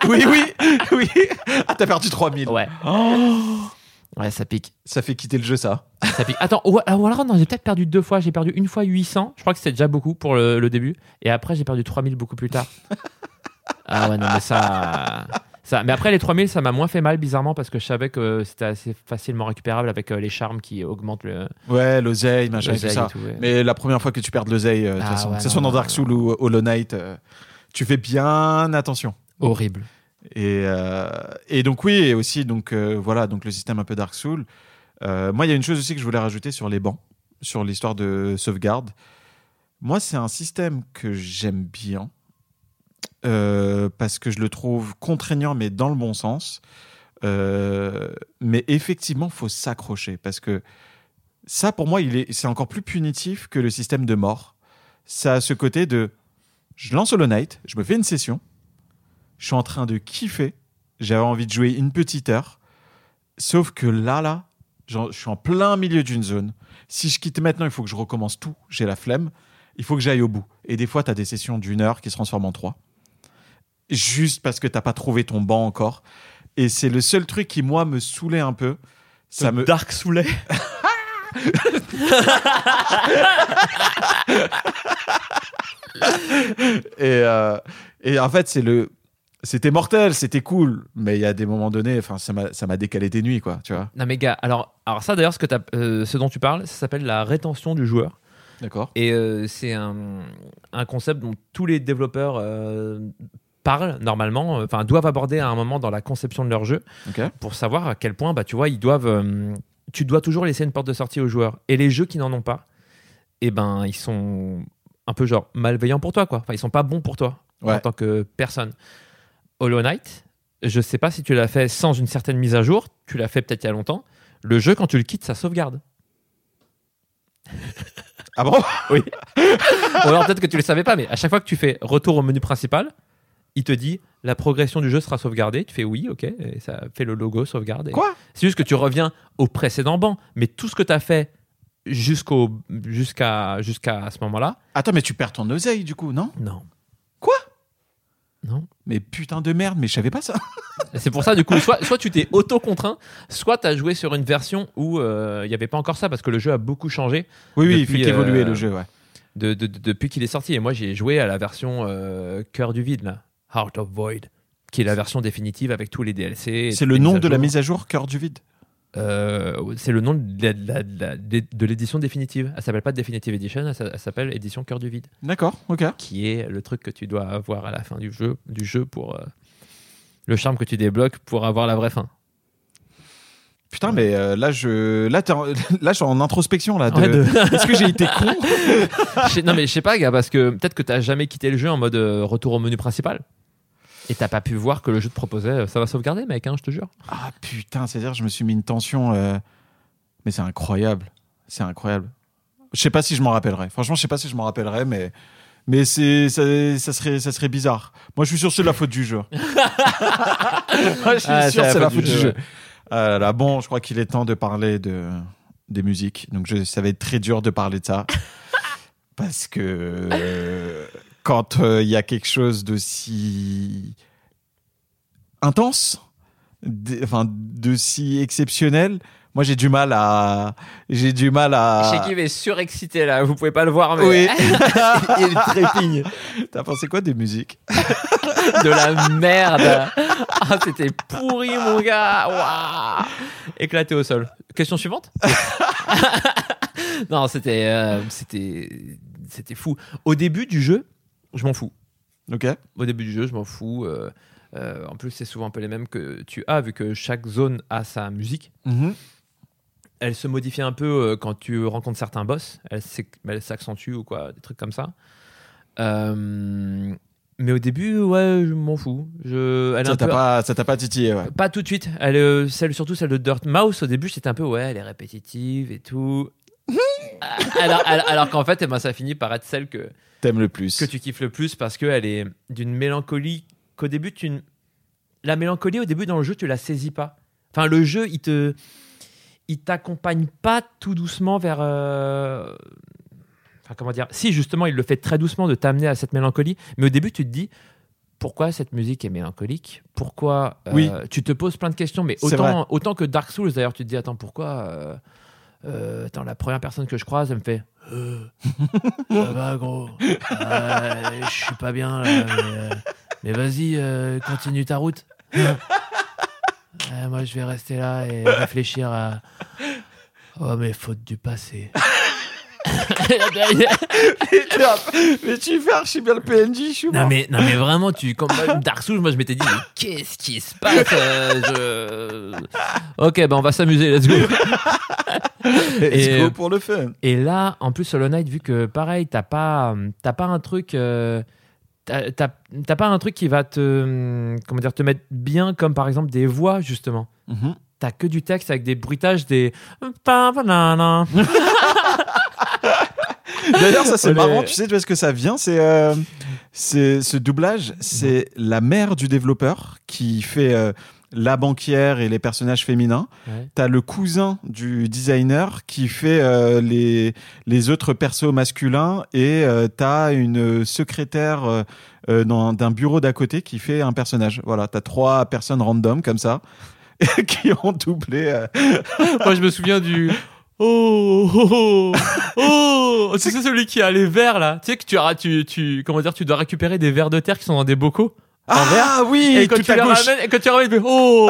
Ah, t'as perdu 3000. Ouais. Oh. Ouais, ça pique. Ça fait quitter le jeu, ça. Ça pique. Attends, alors non, j'ai peut-être perdu 2 fois. J'ai perdu une fois 800. Je crois que c'était déjà beaucoup pour le début. Et après, j'ai perdu 3000 beaucoup plus tard. Ah ouais, non, mais ça... Mais après, les 3000, ça m'a moins fait mal, bizarrement, parce que je savais que c'était assez facilement récupérable avec les charmes qui augmentent le... Ouais, l'oseille, machin, et tout ça. tout, ouais. Mais la première fois que tu perds de l'oseille, de toute façon, que ce soit dans Dark Souls ou Hollow Knight, tu fais bien attention. Horrible. Et donc oui, et aussi donc voilà, donc le système un peu Dark Souls. Moi, il y a une chose aussi que je voulais rajouter sur les bancs, sur l'histoire de sauvegarde. Moi, c'est un système que j'aime bien parce que je le trouve contraignant, mais dans le bon sens. Mais effectivement, faut s'accrocher parce que ça, pour moi, c'est encore plus punitif que le système de mort. Ça a ce côté de, je lance Hollow Knight, je me fais une session. Je suis en train de kiffer. J'avais envie de jouer une petite heure. Sauf que là, je suis en plein milieu d'une zone. Si je quitte maintenant, il faut que je recommence tout. J'ai la flemme. Il faut que j'aille au bout. Et des fois, tu as des sessions d'1 heure qui se transforment en 3. Juste parce que tu n'as pas trouvé ton banc encore. Et c'est le seul truc qui, moi, me saoulait un peu. Ça me Dark Soulait. Et en fait, c'était mortel, c'était cool, mais il y a des moments donnés, enfin, ça m'a décalé des nuits, quoi, tu vois. Non mais gars, alors ça d'ailleurs, ce dont tu parles, ça s'appelle la rétention du joueur. D'accord. Et c'est un concept dont tous les développeurs parlent normalement, enfin doivent aborder à un moment dans la conception de leur jeu, pour savoir à quel point, tu vois, tu dois toujours laisser une porte de sortie aux joueurs. Et les jeux qui n'en ont pas, ils sont un peu genre malveillants pour toi, quoi. Enfin, ils sont pas bons pour toi en tant que personne. Hollow Knight, je sais pas si tu l'as fait sans une certaine mise à jour, tu l'as fait peut-être il y a longtemps. Le jeu, quand tu le quittes, ça sauvegarde. Ah bon? Oui. Ou alors peut-être que tu le savais pas, mais à chaque fois que tu fais retour au menu principal, il te dit la progression du jeu sera sauvegardée. Tu fais oui, ok, et ça fait le logo sauvegarde. Quoi ? C'est juste que tu reviens au précédent banc, mais tout ce que tu as fait jusqu'à ce moment-là. Attends, mais tu perds ton oseille du coup, non ? Non. Quoi ? Non. Mais putain de merde, mais je savais pas ça. C'est pour ça, du coup, soit tu t'es auto-contraint, soit tu as joué sur une version où il n'y avait pas encore ça, parce que le jeu a beaucoup changé. Oui, il fait qu'évoluer le jeu, ouais. Depuis qu'il est sorti. Et moi, j'ai joué à la version Cœur du Vide, là, Heart of Void, qui est la version définitive avec tous les DLC. C'est le nom de la mise à jour Cœur du Vide ? C'est le nom de l'édition définitive. Elle s'appelle pas Definitive Edition, elle s'appelle Édition Cœur du Vide. D'accord, ok. Qui est le truc que tu dois avoir à la fin du jeu pour le charme que tu débloques pour avoir la vraie fin. Putain, mais là, je suis en introspection là. Est-ce que j'ai été con ? Non, mais je sais pas, gars, parce que peut-être que t'as jamais quitté le jeu en mode retour au menu principal. Et t'as pas pu voir que le jeu te proposait, ça va sauvegarder, mec, hein, je te jure. Ah putain, c'est-à-dire je me suis mis une tension. Mais c'est incroyable. C'est incroyable. Je sais pas si je m'en rappellerai. Franchement, je sais pas si je m'en rappellerai, mais ça serait bizarre. Moi, je suis sûr que c'est la faute du jeu. Moi, je suis sûr que c'est la faute du jeu. Là, bon, je crois qu'il est temps de parler des musiques. Donc, ça va être très dur de parler de ça. Parce que quand il y a quelque chose d'aussi intense, d'aussi exceptionnel, moi j'ai du mal à. Je sais qu'il est surexcité là, vous pouvez pas le voir, mais oui. il trépigne. T'as pensé quoi des musiques ? De la merde. Ah, c'était pourri, mon gars. Waouh. Éclaté au sol. Question suivante. Non, c'était fou. Au début du jeu, je m'en fous. Ok. Au début du jeu, je m'en fous. En plus, c'est souvent un peu les mêmes que tu as, vu que chaque zone a sa musique. Mm-hmm. Elle se modifie un peu quand tu rencontres certains boss. Elle s'accentue ou quoi, des trucs comme ça. Mais au début, ouais, je m'en fous. Ça t'a pas titillé, ouais. Pas tout de suite. Surtout celle de Dirt Mouse, au début, j'étais un peu, ouais, elle est répétitive et tout. alors qu'en fait, ça finit par être celle que t'aimes le plus, que tu kiffes le plus, parce qu'elle est d'une mélancolie qu'au début, la mélancolie, au début, dans le jeu, tu la saisis pas. Enfin, le jeu, il t'accompagne pas tout doucement vers... Enfin, comment dire ? Si, justement, il le fait très doucement de t'amener à cette mélancolie. Mais au début, tu te dis, pourquoi cette musique est mélancolique ? Pourquoi oui. Tu te poses plein de questions. Mais autant que Dark Souls, d'ailleurs, tu te dis, attends, pourquoi la première personne que je croise, elle me fait ça va, gros. Je suis pas bien, là, mais vas-y, continue ta route. Moi, je vais rester là et réfléchir à mes fautes du passé. Mais tu fais archi bien le PNJ, je suis mort. Non mais vraiment, comme Dark Souls, moi je m'étais dit, mais qu'est-ce qui se passe Ok, on va s'amuser, let's go. Let's go pour le fun. Et là, en plus, Hollow Knight, vu que pareil, t'as pas un truc... T'as pas un truc qui va te mettre bien, comme par exemple des voix, justement. Mm-hmm. T'as que du texte avec des bruitages, des... D'ailleurs, ça c'est marrant, tu sais d'où est-ce que ça vient ? C'est ce doublage, c'est la mère du développeur qui fait la banquière et les personnages féminins. Ouais. T'as le cousin du designer qui fait les autres persos masculins, et t'as une secrétaire d'un bureau d'à côté qui fait un personnage. Voilà, t'as 3 personnes random comme ça qui ont doublé. Moi, je me souviens du... C'est celui qui a les verres là. Tu sais que tu dois récupérer des verres de terre qui sont dans des bocaux. Ah oui, et quand tu les ramènes, il fait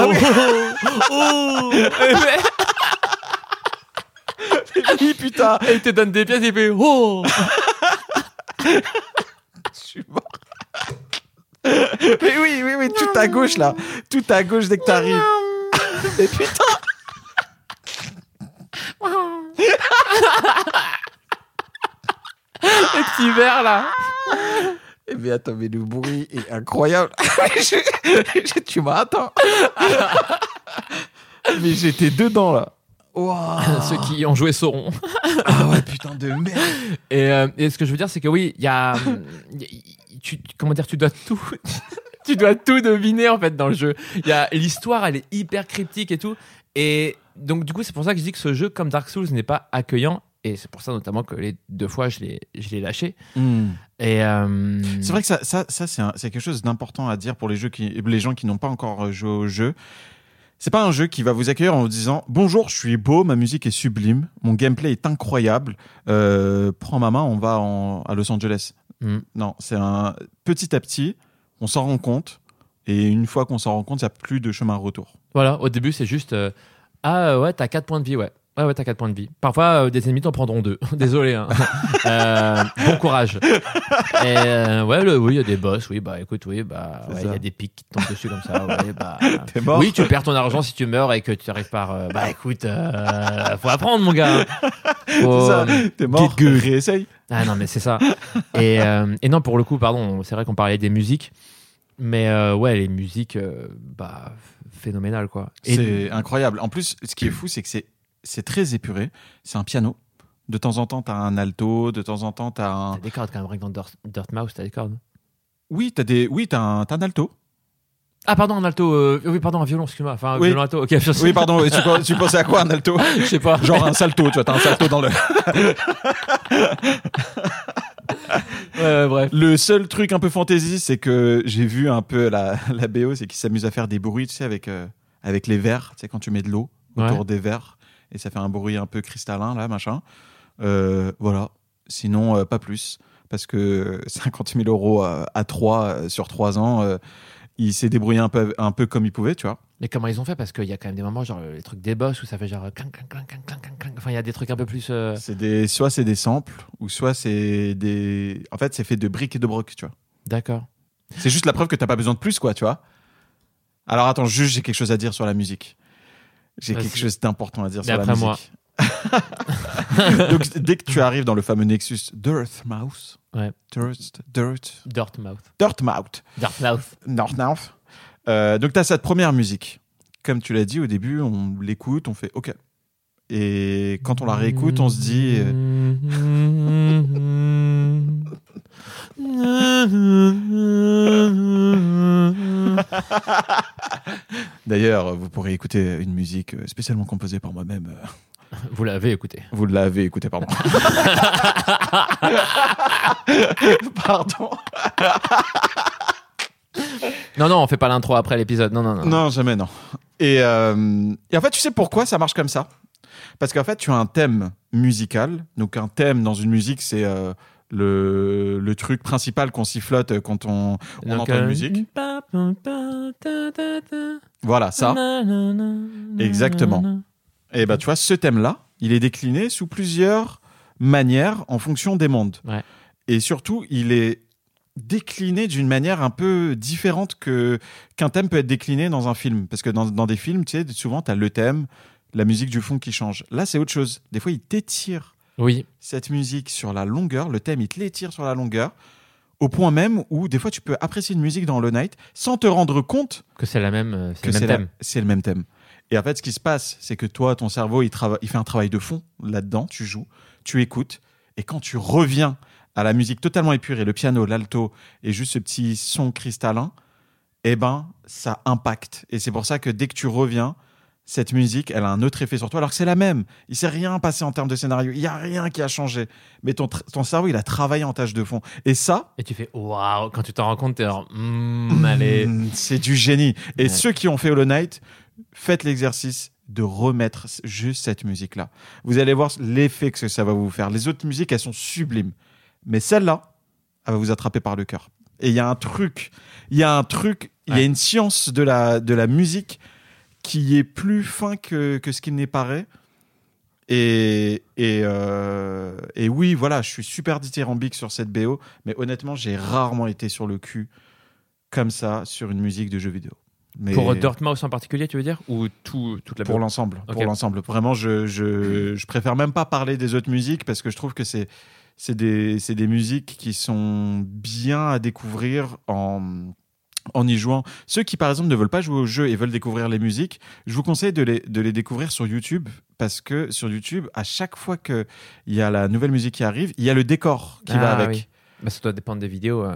oui, putain. Et il te donne des pièces et il fait Je suis mort. Mais oui, tout à gauche là. Tout à gauche dès que t'arrives. Mais putain. Les petits verres là. Mais attends, mais le bruit est incroyable. Tu m'as atteint. Mais j'étais dedans là. Wow. Ceux qui ont joué sauront. Ah ouais, putain de merde. Et ce que je veux dire, c'est que oui, il y a, tu dois tout. Tu dois tout deviner en fait dans le jeu. L'histoire, elle est hyper cryptique et tout. Et donc du coup, c'est pour ça que je dis que ce jeu, comme Dark Souls, n'est pas accueillant. Et c'est pour ça notamment que les 2 fois, je l'ai lâché. Et c'est vrai que ça c'est quelque chose d'important à dire pour les gens qui n'ont pas encore joué au jeu. C'est pas un jeu qui va vous accueillir en vous disant « Bonjour, je suis beau, ma musique est sublime, mon gameplay est incroyable, prends ma main, on va à Los Angeles. » Non, c'est petit à petit, on s'en rend compte, et une fois qu'on s'en rend compte, il n'y a plus de chemin retour. Voilà, au début, c'est juste ah ouais, t'as 4 points de vie, ouais. Ouais, t'as 4 points de vie. Parfois, des ennemis t'en prendront 2. Désolé. Hein. Bon courage. Et oui, il y a des boss. Oui, bah écoute, oui, bah il y a des pics qui te tombent dessus comme ça. Ouais, bah. T'es mort. Oui, tu perds ton argent si tu meurs et que tu arrives par. Bah écoute, faut apprendre, mon gars. C'est ça. T'es mort. Réessaye. Ah non, mais c'est ça. Et non, pour le coup, pardon, c'est vrai qu'on parlait des musiques, mais les musiques, phénoménales quoi. C'est incroyable. En plus, ce qui est fou, c'est que c'est très épuré. C'est un piano. De temps en temps, t'as un alto. De temps en temps, t'as des cordes quand même. Rien que dans Dirt Mouse, t'as des cordes. Oui, t'as un alto. Ah, pardon, un alto. Oui, pardon, un violon, excuse-moi. Enfin, un violon alto. Ok, oui, pardon. Et tu pensais à quoi, un alto? Je sais pas. Genre un salto, tu vois. T'as un salto dans le. Bref. Le seul truc un peu fantasy, c'est que j'ai vu un peu la BO, c'est qu'ils s'amusent à faire des bruits, tu sais, avec les verres. Tu sais, quand tu mets de l'eau autour des verres. Et ça fait un bruit un peu cristallin, là, machin. Voilà. Sinon, pas plus. Parce que 50 000 euros à 3 sur 3 ans, il s'est débrouillé un peu comme il pouvait, tu vois. Mais comment ils ont fait? Parce qu'il y a quand même des moments, genre les trucs des boss, où ça fait genre clang, clang, clang, clang, clang, clang. Enfin, il y a des trucs un peu plus... Soit c'est des samples, ou soit c'est des... En fait, c'est fait de briques et de broc, tu vois. D'accord. C'est juste la preuve que t'as pas besoin de plus, quoi, tu vois. Alors, attends, juste, j'ai quelque chose à dire sur la musique. J'ai quelque chose d'important à dire sur la musique. Moi. Donc, dès que tu arrives dans le fameux Nexus Dirt Mouse, donc tu as cette première musique. Comme tu l'as dit au début, on l'écoute, on fait OK. Et quand on la réécoute, on se dit... D'ailleurs, vous pourrez écouter une musique spécialement composée par moi-même. Vous l'avez écouté. Vous l'avez écouté, pardon. Pardon. Non, on fait pas l'intro après l'épisode. Non. Non, jamais, non. Et en fait, tu sais pourquoi ça marche comme ça? Parce qu'en fait, tu as un thème musical. Donc, un thème dans une musique, c'est le truc principal qu'on sifflote quand on entend une musique. Voilà, ça. Exactement. Et tu vois, ce thème-là, il est décliné sous plusieurs manières en fonction des mondes. Ouais. Et surtout, il est décliné d'une manière un peu différente qu'un thème peut être décliné dans un film. Parce que dans des films, tu sais, souvent, tu as le thème, la musique du fond qui change. Là, c'est autre chose. Des fois, il t'étire cette musique sur la longueur. Le thème, il te l'étire sur la longueur. Au point même où, des fois, tu peux apprécier une musique dans Hollow Knight sans te rendre compte que c'est le même thème. C'est le même thème. Et en fait, ce qui se passe, c'est que toi, ton cerveau, il fait un travail de fond là-dedans. Tu joues, tu écoutes. Et quand tu reviens à la musique totalement épurée, le piano, l'alto et juste ce petit son cristallin, ça impacte. Et c'est pour ça que dès que tu reviens, cette musique, elle a un autre effet sur toi, alors que c'est la même. Il ne s'est rien passé en termes de scénario. Il n'y a rien qui a changé. Mais ton cerveau, il a travaillé en tâche de fond. Et ça... Et tu fais, waouh, quand tu t'en rends compte, t'es genre, allez. C'est du génie. Et ceux qui ont fait Hollow Knight, faites l'exercice de remettre juste cette musique-là. Vous allez voir l'effet que ça va vous faire. Les autres musiques, elles sont sublimes. Mais celle-là, elle va vous attraper par le cœur. Et il y a un truc, il y a une science de la musique qui est plus fin que ce qu'il n'est paraît. Et oui, voilà, je suis super dithyrambique sur cette BO, mais honnêtement, j'ai rarement été sur le cul comme ça sur une musique de jeu vidéo. Mais pour Dirt Mouse en particulier, tu veux dire, ou toute la BO? Pour l'ensemble. Okay. Pour l'ensemble. Vraiment, je préfère même pas parler des autres musiques parce que je trouve que c'est des musiques qui sont bien à découvrir en y jouant. Ceux qui, par exemple, ne veulent pas jouer au jeu et veulent découvrir les musiques, je vous conseille de les découvrir sur YouTube, parce que sur YouTube, à chaque fois qu'il y a la nouvelle musique qui arrive, il y a le décor qui va avec. Oui. Ça doit dépendre des vidéos.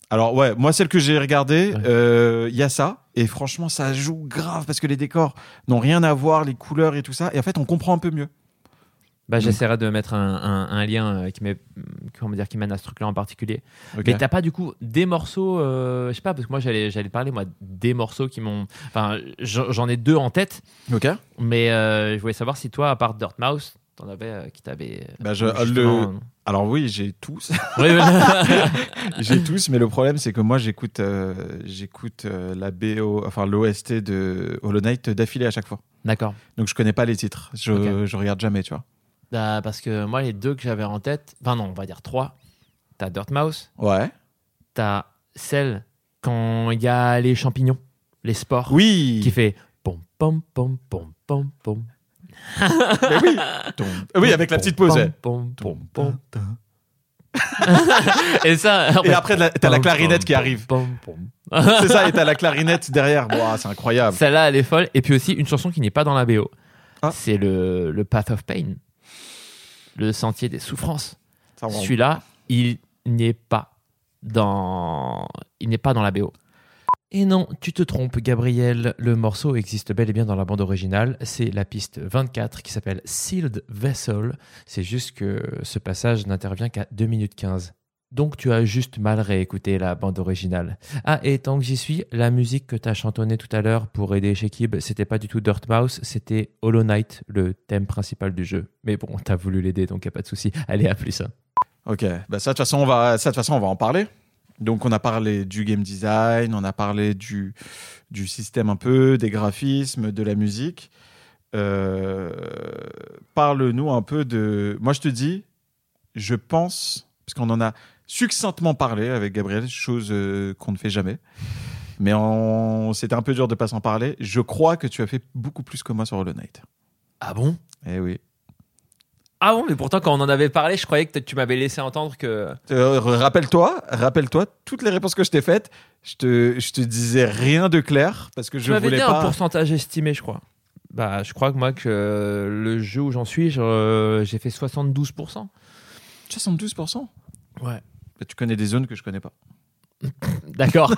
Alors ouais, moi celle que j'ai regardée, Ouais. y a ça et franchement ça joue grave parce que les décors n'ont rien à voir, les couleurs et tout ça et en fait on comprend un peu mieux. Bah, Donc. j'essaierai de mettre un lien qui mène à ce truc-là en particulier. Ok. Mais t'as pas du coup des morceaux, je sais pas, parce que moi j'allais te parler moi des morceaux qui m'ont. Enfin, j'en ai 2 en tête, Ok. mais je voulais savoir si toi, à part Dirt Mouse, t'en avais qui t'avait. Bah, justement- Alors oui, j'ai tous. Oui, oui. J'ai tous, mais le problème c'est que moi j'écoute la BO, enfin l'OST de Hollow Knight d'affilée à chaque fois. D'accord. Donc je connais pas les titres. Je regarde jamais, tu vois. Bah, parce que moi, les 2 que j'avais en tête, enfin non, on va dire 3. T'as Dirt Mouse, Ouais. t'as celle quand il y a les champignons, les spores, Oui. qui fait pom pom pom pom pom pom. Mais oui. Oui, avec la petite pause. Ouais. Pom, pom, pom, pom. Et ça. Et après t'as la clarinette qui arrive. Pom, pom. C'est ça, et t'as la clarinette derrière. Wow, c'est incroyable. Celle-là, elle est folle. Et puis aussi, une chanson qui n'est pas dans la BO. Ah. C'est le Path of Pain. Le Sentier des Souffrances. Ça, on- Celui-là, il n'est pas dans la BO. Et non, tu te trompes, Gabriel. Le morceau existe bel et bien dans la bande originale. C'est la piste 24 qui s'appelle Sealed Vessel. C'est juste que ce passage n'intervient qu'à 2 minutes 15. Donc tu as juste mal réécouté la bande originale. Ah, et tant que j'y suis, la musique que tu as chantonnée tout à l'heure pour aider Shekib, c'était pas du tout Dirt Mouse, c'était Hollow Knight, le thème principal du jeu. Mais bon, t'as voulu l'aider, donc y a pas de souci. Allez, à plus. Hein. Ok, bah ça de toute façon on va en parler. Donc on a parlé du game design, on a parlé du système un peu, des graphismes, de la musique. Parle-nous un peu de. Moi je te dis, je pense, parce qu'on en a succinctement parlé avec Gabriel, chose qu'on ne fait jamais. Mais c'était un peu dur de pas s'en parler. Je crois que tu as fait beaucoup plus que moi sur Hollow Knight. Ah bon? Eh oui. Ah bon, mais pourtant quand on en avait parlé, je croyais que tu m'avais laissé entendre que... Rappelle-toi, toutes les réponses que je t'ai faites, je te disais rien de clair parce que Tu je m'avais voulais dit pas. un pourcentage estimé, je crois. Bah, je crois que moi, que le jeu où j'en suis, j'ai fait 72%. 72%. Ouais. Bah, tu connais des zones que je connais pas. D'accord.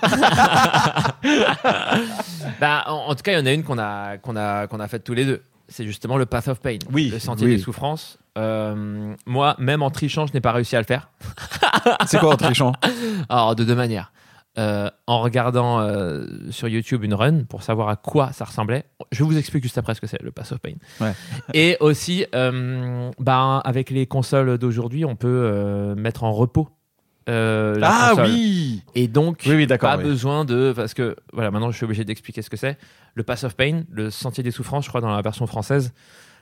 Bah, en tout cas, il y en a une qu'on a faite tous les deux. C'est justement le Path of Pain, Oui, le Sentier oui. des Souffrances. Moi, même en trichant, je n'ai pas réussi à le faire. C'est quoi en trichant? Alors, de 2 manières. En regardant sur YouTube une run pour savoir à quoi ça ressemblait. Je vous explique juste après ce que c'est le Path of Pain. Ouais. Et aussi, avec les consoles d'aujourd'hui, on peut mettre en repos la console. Oui. Et donc, Oui, d'accord. pas Oui. besoin de... Parce que, voilà, maintenant, je suis obligé d'expliquer ce que c'est. Le Path of Pain, le Sentier des Souffrances, je crois, dans la version française,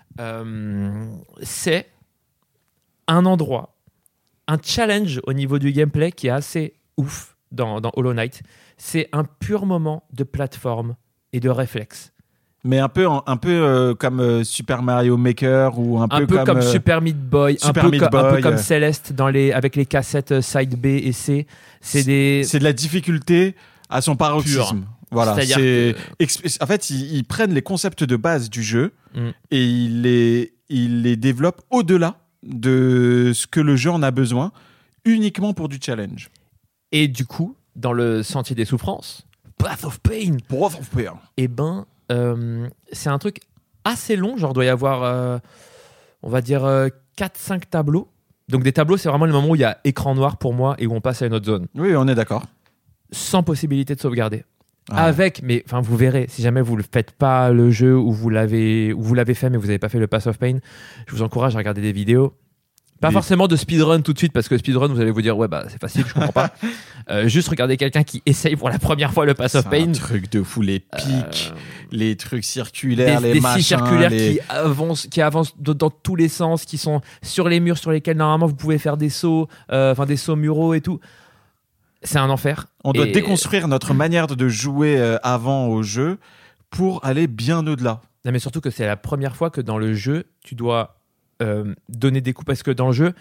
c'est un endroit, un challenge au niveau du gameplay qui est assez ouf dans Hollow Knight. C'est un pur moment de plateforme et de réflexe. Mais un peu comme Super Mario Maker ou un Un peu peu comme euh, Super Meat Boy, Super un Meat peu Boy, comme Celeste avec les cassettes side B et C. C'est de la difficulté à son paroxysme. Voilà. C'est-à-dire En fait, ils prennent les concepts de base du jeu Mm. et ils les développent au-delà de ce que le jeu en a besoin, uniquement pour du challenge. Et du coup, dans le Sentier des Souffrances, Path of Pain, eh ben, c'est un truc assez long. Genre, doit y avoir, on va dire, 4-5 tableaux. Donc, des tableaux, c'est vraiment le moment où il y a écran noir pour moi et où on passe à une autre zone. Oui, on est d'accord. Sans possibilité de sauvegarder. Ah. Mais enfin, vous verrez, si jamais vous ne faites pas le jeu ou vous l'avez fait, mais vous n'avez pas fait le Path of Pain, je vous encourage à regarder des vidéos. Pas Oui. forcément de speedrun tout de suite, parce que speedrun, vous allez vous dire, ouais, bah, c'est facile, je comprends pas. Juste regarder quelqu'un qui essaye pour la première fois le Path of C'est Pain. un truc de fou, les pics, les trucs circulaires, les des machins. scies circulaires les... qui avancent dans tous les sens, qui sont sur les murs sur lesquels normalement vous pouvez faire des sauts, des sauts muraux et tout. C'est un enfer. On doit Et- déconstruire notre manière de jouer avant au jeu pour aller bien au-delà. Non, mais surtout que c'est la première fois que dans le jeu, tu dois donner des coups, parce que dans le jeu,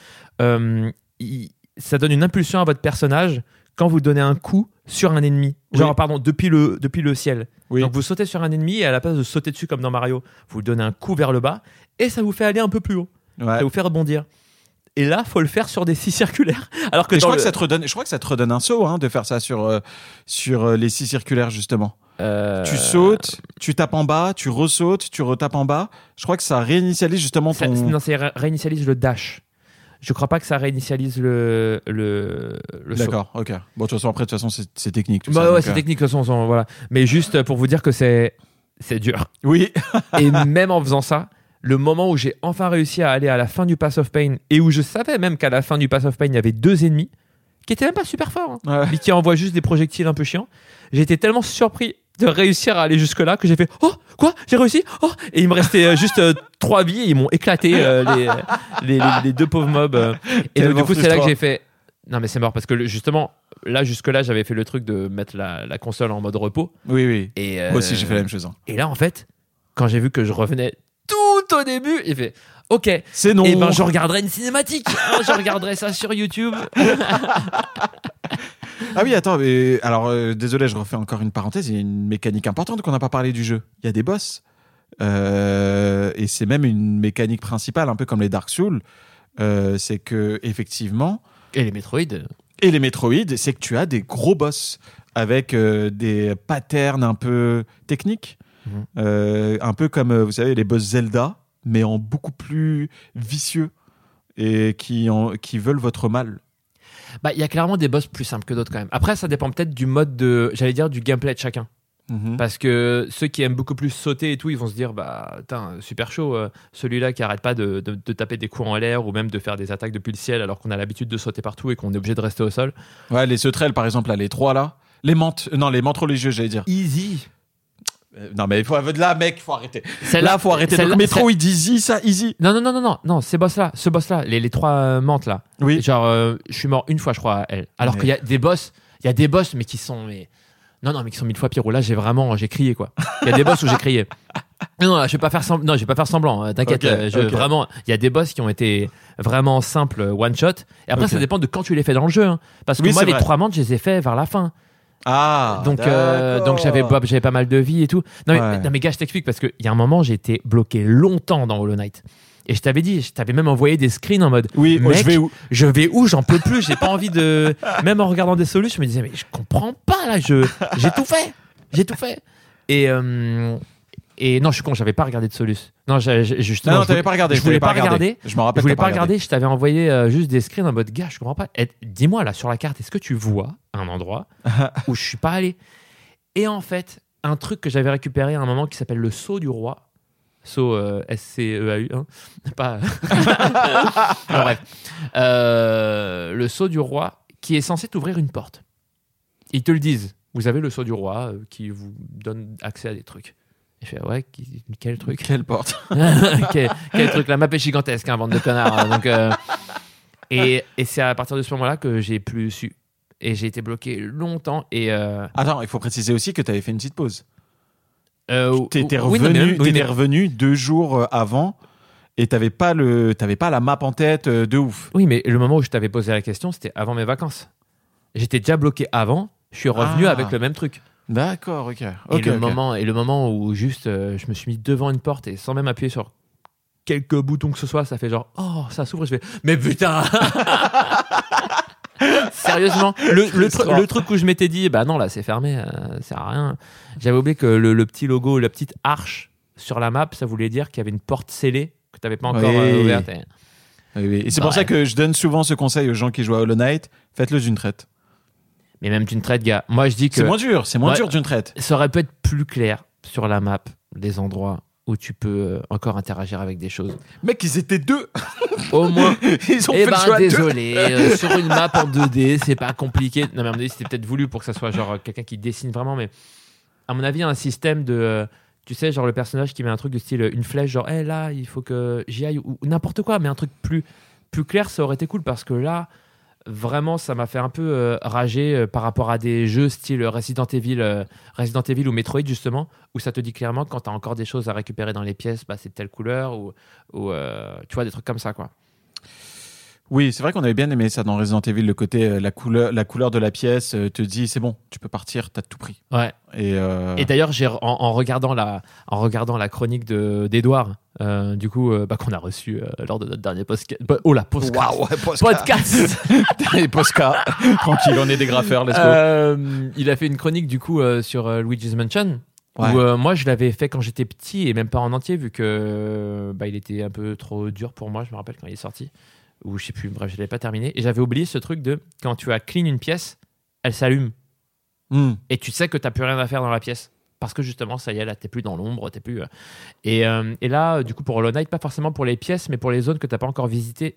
ça donne une impulsion à votre personnage quand vous donnez un coup sur un ennemi. Genre, Oui. pardon, depuis le ciel. Oui. Donc vous sautez sur un ennemi et à la place de sauter dessus comme dans Mario, vous donnez un coup vers le bas et ça vous fait aller un peu plus haut. Ouais. Ça vous fait rebondir. Et là, faut le faire sur des scies circulaires. Alors que je crois que ça te redonne un saut de faire ça sur les scies circulaires justement. Tu sautes, tu tapes en bas, tu ressautes, tu retapes en bas. Je crois que ça réinitialise justement ton... Non, ça réinitialise le dash. Je crois pas que ça réinitialise le D'accord, ok. Bon, de toute façon, après, c'est technique. Tout bah ça, ouais, c'est technique, de toute façon, voilà. Mais juste pour vous dire que c'est dur. Oui. Et même en faisant ça, le moment où j'ai enfin réussi à aller à la fin du Pass of Pain, et où je savais même qu'à la fin du Pass of Pain, il y avait 2 ennemis, qui étaient même pas super forts, mais qui envoient juste des projectiles un peu chiants, j'ai été tellement surpris de réussir à aller jusque-là que j'ai fait « Oh, quoi ? J'ai réussi ? Oh !» Et il me restait juste 3 billes et ils m'ont éclaté les 2 pauvres mobs. Et donc, du coup, c'est là que j'ai fait « Non, mais c'est mort. » Parce que justement, là, jusque-là, j'avais fait le truc de mettre la console en mode repos. Oui. Et, moi aussi, j'ai fait la même chose. Et là, en fait, quand j'ai vu que je revenais tout au début, j'ai fait « Ok, c'est non. » Et ben, je regarderai une cinématique. Je regarderai ça sur YouTube. Ah oui, attends, mais alors désolé, je refais encore une parenthèse. Il y a une mécanique importante qu'on n'a pas parlé du jeu. Il y a des boss, et c'est même une mécanique principale, un peu comme les Dark Souls. C'est que effectivement, et les Metroid, c'est que tu as des gros boss avec des patterns un peu techniques, un peu comme vous savez les boss Zelda, mais en beaucoup plus vicieux et qui veulent votre mal. Bah, il y a clairement des boss plus simples que d'autres quand même. Après, ça dépend peut-être du mode du gameplay de chacun. Parce que ceux qui aiment beaucoup plus sauter et tout, ils vont se dire, bah, putain, super chaud, celui-là qui arrête pas de taper des coups en l'air ou même de faire des attaques depuis le ciel alors qu'on a l'habitude de sauter partout et qu'on est obligé de rester au sol. Ouais, les sauterelles par exemple, là, les 3 là. Les mantes religieux, j'allais dire. Easy. Non mais là mec, faut arrêter. Faut arrêter. Donc Metroid easy, ça easy. Non, ce boss là, les 3 mantes là. Oui. Genre je suis mort une fois je crois à elle. Alors qu'il y a des boss, mais qui sont mais qui sont 1000 fois pires. Où là j'ai crié quoi. Il y a des boss où j'ai crié. Non, je vais pas faire semblant. T'inquiète, okay. Vraiment, il y a des boss qui ont été vraiment simples one shot. Et après ça dépend de quand tu les fais dans le jeu. Parce que moi les 3 mantes, je les ai fait vers la fin. Ah, donc j'avais pas mal de vie et tout. Non mais gars, je t'explique parce qu'il y a un moment j'ai été bloqué longtemps dans Hollow Knight. Et je t'avais même envoyé des screens en mode oui, mec, je vais où, j'en peux plus, j'ai pas envie de. Même en regardant des solutions, je me disais mais je comprends pas là, j'ai tout fait. Et non, je suis con, j'avais pas regardé de Solus. Non, justement. Non, t'avais pas regardé. Je voulais pas regarder. Je me rappelle. Je voulais pas regarder. Je t'avais envoyé juste des screens en mode gars, je comprends pas. Dis-moi là sur la carte, est-ce que tu vois un endroit où je suis pas allé? Et en fait, un truc que j'avais récupéré à un moment qui s'appelle le Sceau du Roi. Sceau SCEAU, hein. Pas. Non, bref. Le Sceau du Roi qui est censé t'ouvrir une porte. Ils te le disent. Vous avez le Sceau du Roi qui vous donne accès à des trucs. Et je fais ouais, quel truc? Quelle porte? quel truc? La map est gigantesque, bande de connards. Donc, et c'est à partir de ce moment-là que j'ai plus su. Et j'ai été bloqué longtemps. Et Attends, il faut préciser aussi que tu avais fait une petite pause. T'étais revenu 2 jours avant et t'avais pas la map en tête de ouf. Oui, mais le moment où je t'avais posé la question, c'était avant mes vacances. J'étais déjà bloqué avant. Je suis revenu avec le même truc. D'accord, ok. Le moment où juste je me suis mis devant une porte et sans même appuyer sur quelques boutons que ce soit, ça fait genre oh ça s'ouvre et je fais mais putain. Sérieusement, le truc où je m'étais dit bah non là c'est fermé, ça sert à rien. J'avais oublié que le petit logo, la petite arche sur la map, ça voulait dire qu'il y avait une porte scellée que t'avais pas encore ouverte. Oui. Et c'est pour ça que je donne souvent ce conseil aux gens qui jouent à Hollow Knight, faites-le d'une traite. Mais même d'une traite, gars. Moi, je dis que... C'est moins dur d'une traite. Ça aurait pu être plus clair sur la map, des endroits où tu peux encore interagir avec des choses. Mec, ils étaient 2. Au moins. Ils ont fait le choix désolé. Sur une map en 2D, c'est pas compliqué. Non, mais à mon avis, c'était peut-être voulu pour que ça soit genre quelqu'un qui dessine vraiment. Mais à mon avis, il y a un système de... tu sais, genre le personnage qui met un truc de style une flèche, genre là, il faut que j'y aille. Ou n'importe quoi, mais un truc plus clair, ça aurait été cool parce que là... Vraiment, ça m'a fait un peu rager par rapport à des jeux style Resident Evil ou Metroid, justement, où ça te dit clairement quand tu as encore des choses à récupérer dans les pièces, bah, c'est de telle couleur, ou tu vois, des trucs comme ça, quoi. Oui, c'est vrai qu'on avait bien aimé ça dans Resident Evil, le côté la couleur de la pièce te dit c'est bon, tu peux partir, t'as tout pris. Ouais. Et d'ailleurs, en regardant la chronique d'Edouard, du coup, qu'on a reçu lors de notre dernier podcast. Podcast. Waouh, Podcast. Dernier podcast. Tranquille, on est des graffeurs, let's go. Il a fait une chronique du coup sur Luigi's Mansion. Ouais. Où moi je l'avais fait quand j'étais petit et même pas en entier vu que il était un peu trop dur pour moi, je me rappelle quand il est sorti. Ou je sais plus, bref, je l'avais pas terminé. Et j'avais oublié ce truc de quand tu as clean une pièce, elle s'allume. Et tu sais que t'as plus rien à faire dans la pièce. Parce que justement, ça y est, là, t'es plus dans l'ombre, t'es plus. Et là, du coup, pour Hollow Knight, pas forcément pour les pièces, mais pour les zones que t'as pas encore visitées,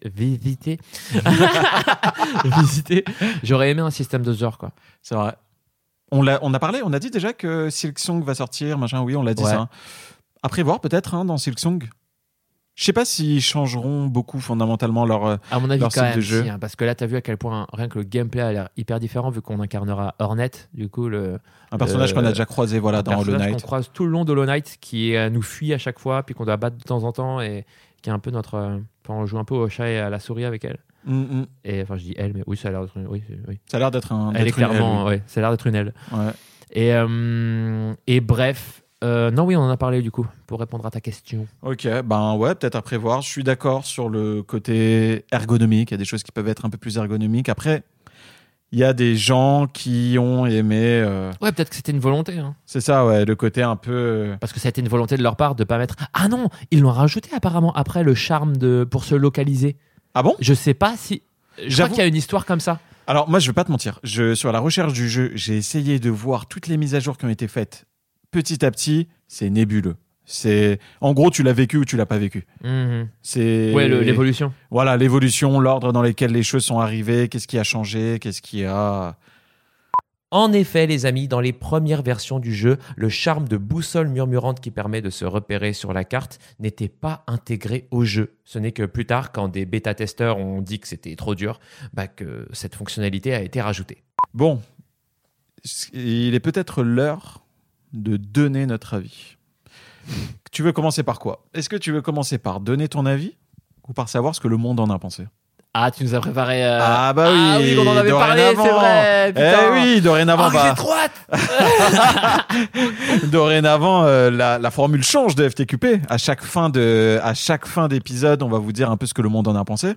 j'aurais aimé un système de ce genre, quoi. C'est vrai. On a parlé, on a dit déjà que Silksong va sortir, machin, oui, on l'a dit ça. Après voir peut-être dans Silksong. Je sais pas s'ils changeront beaucoup fondamentalement leur à mon avis leur quand style même de jeu. si, parce que là t'as vu à quel point rien que le gameplay a l'air hyper différent vu qu'on incarnera Hornet, du coup Un personnage qu'on a déjà croisé dans Hollow Knight. Qu'on croise tout le long d'Hollow Knight qui nous fuit à chaque fois puis qu'on doit battre de temps en temps et qui est un peu notre on joue un peu au chat et à la souris avec elle. Et enfin je dis elle mais oui ça a l'air d'être oui. Ça a l'air d'être elle est clairement oui. Ça a l'air d'être une elle. Ouais. Et bref. Non, oui, on en a parlé du coup, pour répondre à ta question. Ok, peut-être à prévoir. Je suis d'accord sur le côté ergonomique. Il y a des choses qui peuvent être un peu plus ergonomiques. Après, il y a des gens qui ont aimé. Ouais, peut-être que c'était une volonté. Hein. C'est ça, ouais, le côté un peu. Parce que ça a été une volonté de leur part de pas mettre. Ah non, ils l'ont rajouté apparemment après le charme pour se localiser. Ah bon ? Je sais pas si. Je crois qu'il y a une histoire comme ça. Alors, moi, je vais pas te mentir. Sur la recherche du jeu, j'ai essayé de voir toutes les mises à jour qui ont été faites. Petit à petit, c'est nébuleux. En gros, tu l'as vécu ou tu l'as pas vécu. C'est l'évolution. Voilà, l'évolution, l'ordre dans lequel les choses sont arrivées, qu'est-ce qui a changé, qu'est-ce qui a... En effet, les amis, dans les premières versions du jeu, le charme de boussole murmurante qui permet de se repérer sur la carte n'était pas intégré au jeu. Ce n'est que plus tard, quand des bêta-testeurs ont dit que c'était trop dur, que cette fonctionnalité a été rajoutée. Bon, il est peut-être l'heure de donner notre avis. Tu veux commencer par quoi ? Est-ce que tu veux commencer par donner ton avis ou par savoir ce que le monde en a pensé ? Ah, tu nous as préparé... Ah bah oui, on en avait parlé, c'est vrai. Putain. Oui, dorénavant... j'ai trop hâte. Dorénavant, la formule change de FTQP. À chaque fin d'épisode, on va vous dire un peu ce que le monde en a pensé.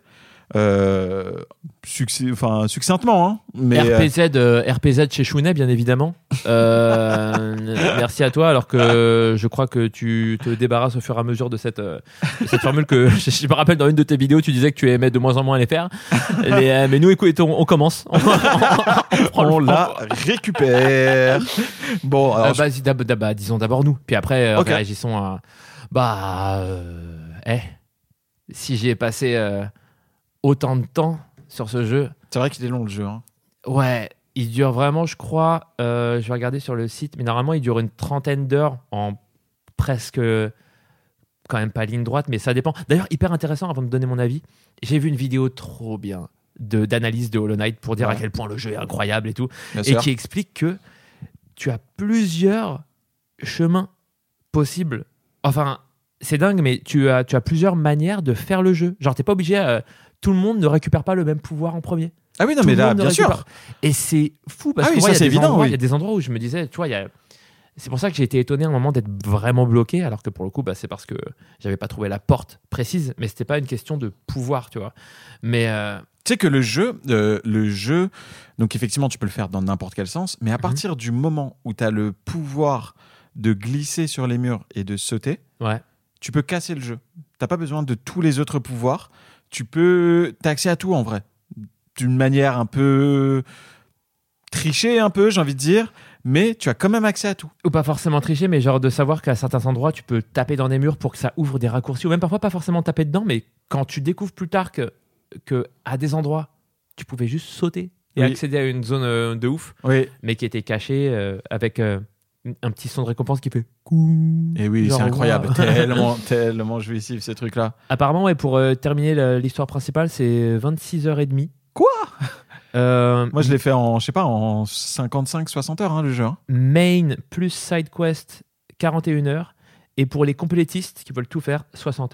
Succinctement, hein. Mais RPZ chez Chounet, bien évidemment. Merci à toi, alors que je crois que tu te débarrasses au fur et à mesure de cette formule que je me rappelle dans une de tes vidéos, tu disais que tu aimais de moins en moins les faire. Mais nous, écoute, on commence. On la récupère. Bon, alors vas-y, disons d'abord nous, puis après réagissons à... si j'y ai passé autant de temps sur ce jeu... C'est vrai qu'il est long, le jeu. Hein. Ouais, il dure vraiment, je crois... je vais regarder sur le site, mais normalement, il dure une 30aine d'heures en presque... Quand même pas ligne droite, mais ça dépend. D'ailleurs, hyper intéressant, avant de donner mon avis, j'ai vu une vidéo trop bien d'analyse de Hollow Knight pour dire à quel point le jeu est incroyable et tout, qui explique que tu as plusieurs chemins possibles. Enfin, c'est dingue, mais tu as plusieurs manières de faire le jeu. Genre, t'es pas obligé... tout le monde ne récupère pas le même pouvoir en premier. Ah oui, non, mais là, bien sûr. Et c'est fou, parce que ça, c'est évident. Il y a des endroits où je me disais, tu vois, c'est pour ça que j'ai été étonné à un moment d'être vraiment bloqué, alors que pour le coup, c'est parce que j'avais pas trouvé la porte précise, mais c'était pas une question de pouvoir, tu vois. Mais... Tu sais que le jeu, donc effectivement, tu peux le faire dans n'importe quel sens, mais à partir du moment où tu as le pouvoir de glisser sur les murs et de sauter, tu peux casser le jeu. T'as pas besoin de tous les autres pouvoirs. T'as accès à tout en vrai. D'une manière un peu trichée, j'ai envie de dire, mais tu as quand même accès à tout. Ou pas forcément tricher, mais genre de savoir qu'à certains endroits, tu peux taper dans des murs pour que ça ouvre des raccourcis, ou même parfois pas forcément taper dedans, mais quand tu découvres plus tard que à des endroits, tu pouvais juste sauter et accéder à une zone de ouf, mais qui était cachée avec un petit son de récompense qui fait couh. Et oui, c'est incroyable, tellement jouissif ces trucs-là. Apparemment, pour terminer l'histoire principale, c'est 26h30. Quoi ? Moi, je l'ai fait en 55-60 heures, le jeu. Main plus side quest, 41 heures. Et pour les complétistes qui veulent tout faire, 60 heures.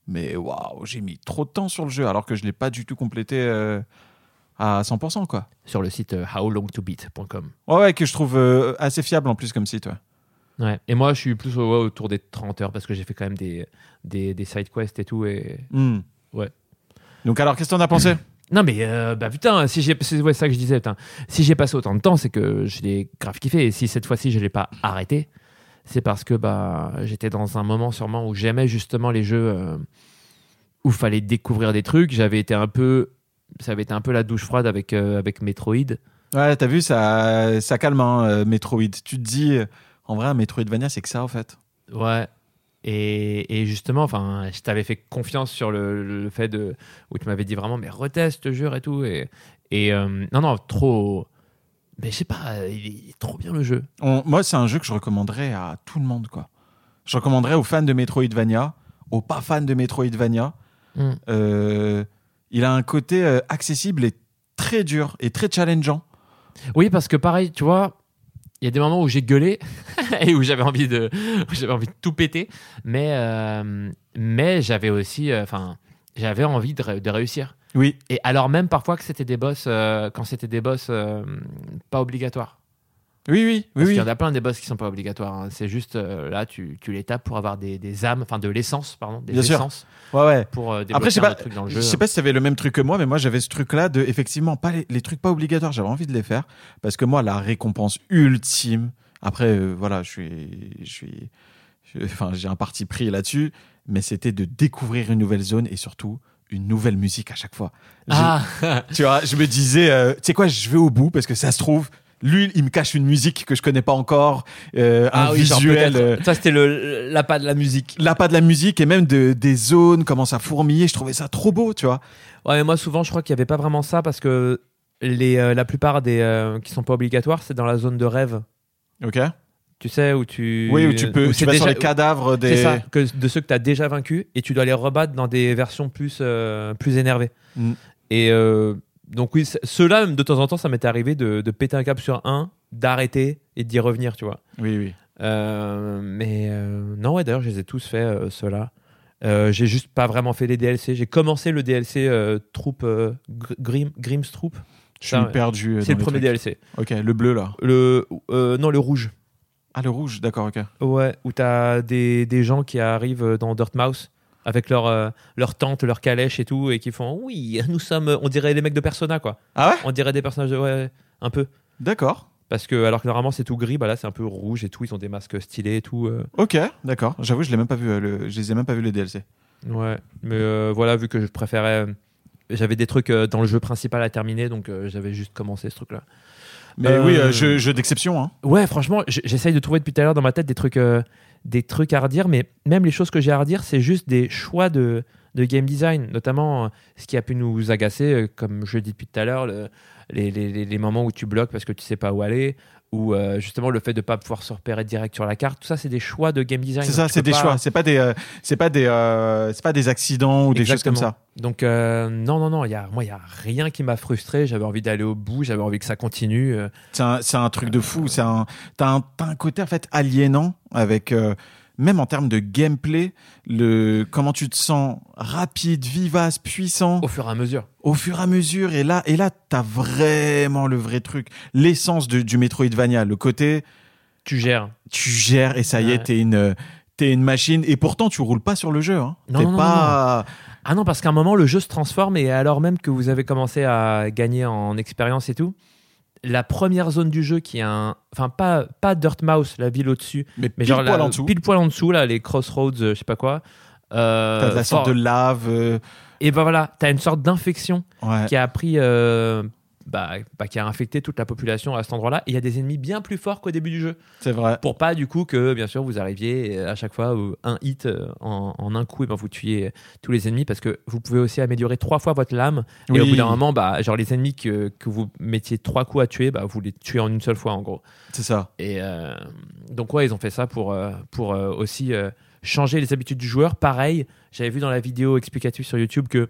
mais waouh, j'ai mis trop de temps sur le jeu alors que je l'ai pas du tout complété à 100%, quoi. Sur le site howlongtobeat.com. Ouais, que je trouve assez fiable en plus comme site, ouais. Ouais. Et moi, je suis plus autour des 30 heures parce que j'ai fait quand même des side quests et tout. Et... Ouais. Donc alors, qu'est-ce que t'en as pensé? Non, mais putain, c'est ça que je disais. Putain. Si j'ai passé autant de temps, c'est que je l'ai grave kiffé. Et si cette fois-ci, je l'ai pas arrêté, c'est parce que j'étais dans un moment sûrement où j'aimais justement les jeux où il fallait découvrir des trucs. Ça avait été un peu la douche froide avec Metroid. Ouais, t'as vu, ça calme, hein, Metroid. Tu te dis, en vrai, un Metroidvania, c'est que ça, en fait. Ouais. Et justement, enfin, je t'avais fait confiance sur le fait où tu m'avais dit vraiment, mais reteste, je te jure et tout. Et non, trop. Mais je sais pas, il est trop bien le jeu. Moi, c'est un jeu que je recommanderais à tout le monde, quoi. Je recommanderais aux fans de Metroidvania, aux pas fans de Metroidvania. Il a un côté accessible et très dur et très challengeant. Oui, parce que pareil, tu vois. Il y a des moments où j'ai gueulé et où j'avais envie de tout péter, mais j'avais aussi, j'avais envie de réussir. Oui. Et alors même parfois que c'était des boss, quand c'était des boss pas obligatoires. Oui. Parce qu'il y en a plein des boss qui sont pas obligatoires. Hein. C'est juste là, tu les tapes pour avoir des âmes, enfin de l'essence, pardon, des Bien essences. Sûr. Ouais. Pour débloquer après, un truc dans le jeu. Je sais pas si tu avais le même truc que moi, mais moi j'avais ce truc-là de effectivement pas les trucs pas obligatoires. J'avais envie de les faire parce que moi la récompense ultime. Après, voilà, j'ai un parti pris là-dessus, mais c'était de découvrir une nouvelle zone et surtout une nouvelle musique à chaque fois. Tu vois, je me disais, tu sais quoi, je vais au bout parce que ça se trouve. Lui, il me cache une musique que je connais pas encore, un visuel. Ça, c'était l'appât de la musique. L'appât de la musique et même des zones, commence à fourmiller. Je trouvais ça trop beau, tu vois. Ouais, mais moi, souvent, je crois qu'il y avait pas vraiment ça parce que la plupart des qui sont pas obligatoires, c'est dans la zone de rêve. Ok. Tu sais, où tu. Oui, où tu vas sur les cadavres des. C'est ça, de ceux que tu as déjà vaincus et tu dois les rebattre dans des versions plus énervées. Et. Donc oui, ceux-là, de temps en temps, ça m'était arrivé de péter un câble sur un, d'arrêter et d'y revenir, tu vois. Oui. Non, ouais, d'ailleurs, je les ai tous faits, ceux-là. J'ai juste pas vraiment fait les DLC. J'ai commencé le DLC Troop, Grimm's Troop. Je suis perdu. C'est le premier DLC. Ok, le bleu, là. Non, le rouge. Ah, le rouge, d'accord, ok. Ouais, où t'as des gens qui arrivent dans Dirtmouth avec leur tente, leur calèche et tout, et qui font oui, nous sommes, on dirait les mecs de Persona, quoi. Ah ouais? On dirait des personnages, ouais, un peu. D'accord. Parce que alors que normalement c'est tout gris, là c'est un peu rouge et tout, ils ont des masques stylés et tout. Ok, d'accord. J'avoue, je les ai même pas vu les DLC. Ouais, mais voilà, vu que je préférais, j'avais des trucs dans le jeu principal à terminer, donc j'avais juste commencé ce truc-là. Mais oui, jeu d'exception, hein. Ouais, franchement, j'essaye de trouver depuis tout à l'heure dans ma tête des trucs à redire, mais même les choses que j'ai à redire, c'est juste des choix de game design, notamment ce qui a pu nous agacer, comme je le dis depuis tout à l'heure, les moments où tu bloques parce que tu sais pas où aller, ou justement le fait de pas pouvoir se repérer direct sur la carte. Tout ça, c'est des choix de game design. C'est ça, c'est des choix. C'est pas des accidents ou des choses comme ça. Donc non, moi il y a rien qui m'a frustré. J'avais envie d'aller au bout, j'avais envie que ça continue. C'est un truc de fou. T'as un côté en fait aliénant avec même en termes de gameplay, comment tu te sens rapide, vivace, puissant. Au fur et à mesure. Et là, t'as vraiment le vrai truc. L'essence du Metroidvania, le côté... Tu gères et ça y est, t'es une machine. Et pourtant, tu roules pas sur le jeu. Hein. Non. Ah non, parce qu'à un moment, le jeu se transforme et alors même que vous avez commencé à gagner en expérience et tout, la première zone du jeu qui est pas Dirtmouth, la ville au-dessus, mais genre pile poil en dessous, là, les Crossroads, je sais pas quoi. T'as de la sorte de lave. Et voilà, t'as une sorte d'infection qui a pris, qui a infecté toute la population à cet endroit-là. Et il y a des ennemis bien plus forts qu'au début du jeu. C'est vrai. Pour pas du coup que, bien sûr, vous arriviez à chaque fois un hit en un coup et vous tuez tous les ennemis, parce que vous pouvez aussi améliorer 3 fois votre lame. Et au bout d'un moment, genre les ennemis que vous mettiez 3 coups à tuer, vous les tuez en une seule fois, en gros. C'est ça. Et donc ils ont fait ça pour aussi changer les habitudes du joueur. Pareil, j'avais vu dans la vidéo explicative sur YouTube que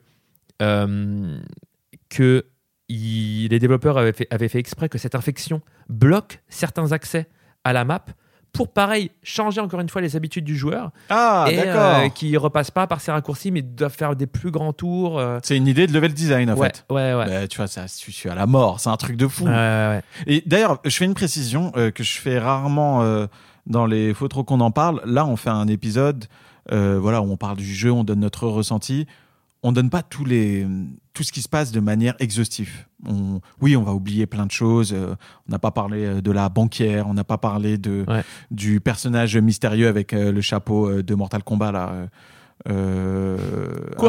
les développeurs avaient fait exprès que cette infection bloque certains accès à la map pour pareil changer encore une fois les habitudes du joueur Ah, d'accord. qui repasse pas par ces raccourcis mais doivent faire des plus grands tours. C'est une idée de level design en fait. Ouais. Bah, tu vois, ça, je suis à la mort. C'est un truc de fou. Ouais. Et d'ailleurs, je fais une précision que je fais rarement dans les Faut trop qu'on en parle. Là, on fait un épisode où on parle du jeu, on donne notre ressenti. On donne pas tout ce qui se passe de manière exhaustive. On va oublier plein de choses. On n'a pas parlé de la banquière, on n'a pas parlé du personnage mystérieux avec le chapeau de Mortal Kombat là. Quoi ?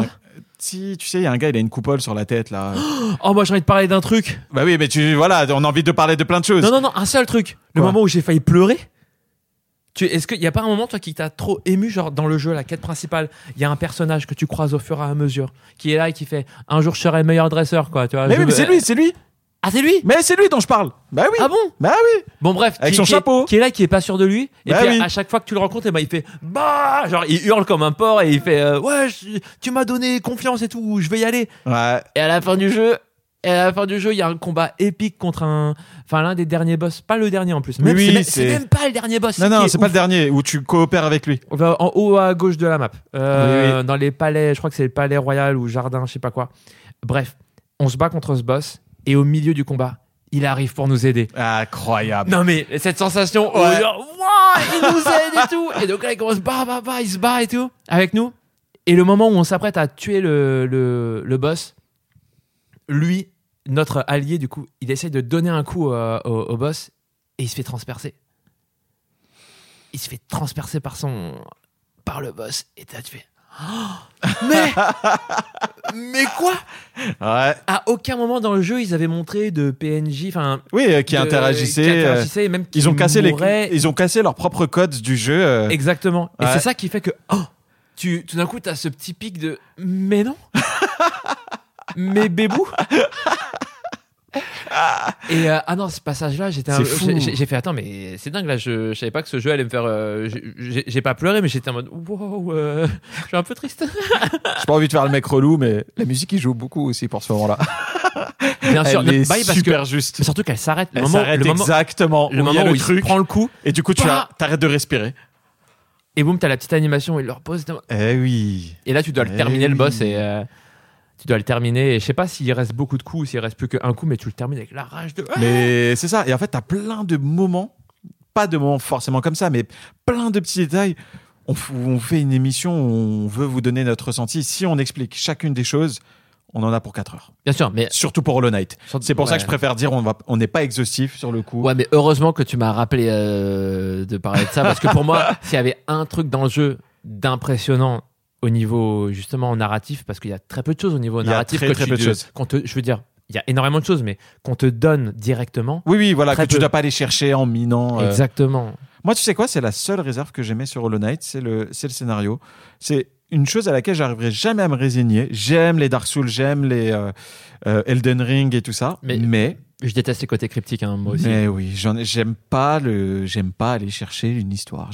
Si, tu sais, il y a un gars, il a une coupole sur la tête là. Oh, moi j'ai envie de parler d'un truc. Bah oui, mais on a envie de parler de plein de choses. Non, un seul truc. Le Quoi ? moment où j'ai failli pleurer. Est-ce qu'il n'y a pas un moment, toi, qui t'a trop ému, genre dans le jeu, la quête principale, il y a un personnage que tu croises au fur et à mesure, qui est là et qui fait « Un jour, je serai le meilleur dresseur, quoi. » Tu vois, mais c'est lui. Ah, c'est lui ? Mais c'est lui dont je parle. Bah oui. Ah bon ? Bah oui. Bon, bref. Avec son chapeau. Qui est là, qui est pas sûr de lui. Et bah puis, oui. à chaque fois que tu le rencontres, il fait « Bah !» Genre, il hurle comme un porc et il fait « Ouais, tu m'as donné confiance et tout, je vais y aller. » Ouais. Et à la fin du jeu, il y a un combat épique contre l'un des derniers boss. Pas le dernier en plus. Même, c'est même pas le dernier boss. Non, c'est pas le dernier où tu coopères avec lui. En haut à gauche de la map. Oui. Dans les palais, je crois que c'est le palais royal ou jardin, je sais pas quoi. Bref, on se bat contre ce boss et au milieu du combat, il arrive pour nous aider. Incroyable. Non mais cette sensation, ouais. Il nous aide et tout. Et donc là, il commence il se bat et tout avec nous. Et le moment où on s'apprête à tuer le boss, lui, notre allié, du coup, il essaye de donner un coup au boss et il se fait transpercer. Il se fait transpercer par le boss. Et là, tu fais... Oh, mais quoi ? Ouais. À aucun moment dans le jeu, ils avaient montré de PNJ, qui interagissaient, et même ils ont cassé leur propre code du jeu. Exactement. Ouais. Et c'est ça qui fait que tout d'un coup, t'as ce petit pic de mais non. Mais bébou. Et non, ce passage-là, j'ai fait attends, mais c'est dingue là, je savais pas que ce jeu allait me faire. J'ai pas pleuré, mais j'étais en mode wow, je suis un peu triste. J'ai pas envie de faire le mec relou, mais la musique il joue beaucoup aussi pour ce moment-là. Bien sûr, elle est super juste. Mais surtout qu'elle s'arrête. Exactement. Le moment où il truc prend le coup, et du coup t'arrêtes de respirer. Et boum, t'as la petite animation, il le repose. Eh oui. Et là, tu dois le terminer le boss et. Tu dois le terminer et je sais pas s'il reste beaucoup de coups ou s'il reste plus qu'un coup, mais tu le termines avec la rage de... Mais c'est ça, et en fait t'as plein de moments, pas de moments forcément comme ça, mais plein de petits détails. On fait une émission où on veut vous donner notre ressenti. Si on explique chacune des choses, on en a pour 4 heures. Bien sûr, mais... Surtout pour Hollow Knight. C'est pour ça que je préfère dire on n'est pas exhaustif sur le coup. Ouais, mais heureusement que tu m'as rappelé de parler de ça, parce que pour moi, s'il y avait un truc dans le jeu d'impressionnant au niveau justement narratif, parce qu'il y a très peu de choses au niveau narratif, très peu de choses. Je veux dire, il y a énormément de choses, mais qu'on te donne directement. Oui, voilà, que tu dois pas aller chercher en minant. Exactement. Moi, tu sais quoi, c'est la seule réserve que j'aimais sur Hollow Knight, c'est le scénario. C'est une chose à laquelle j'arriverai jamais à me résigner. J'aime les Dark Souls, j'aime les Elden Ring et tout ça, mais je déteste les côtés cryptiques, hein, moi aussi. Mais oui, j'aime pas aller chercher une histoire.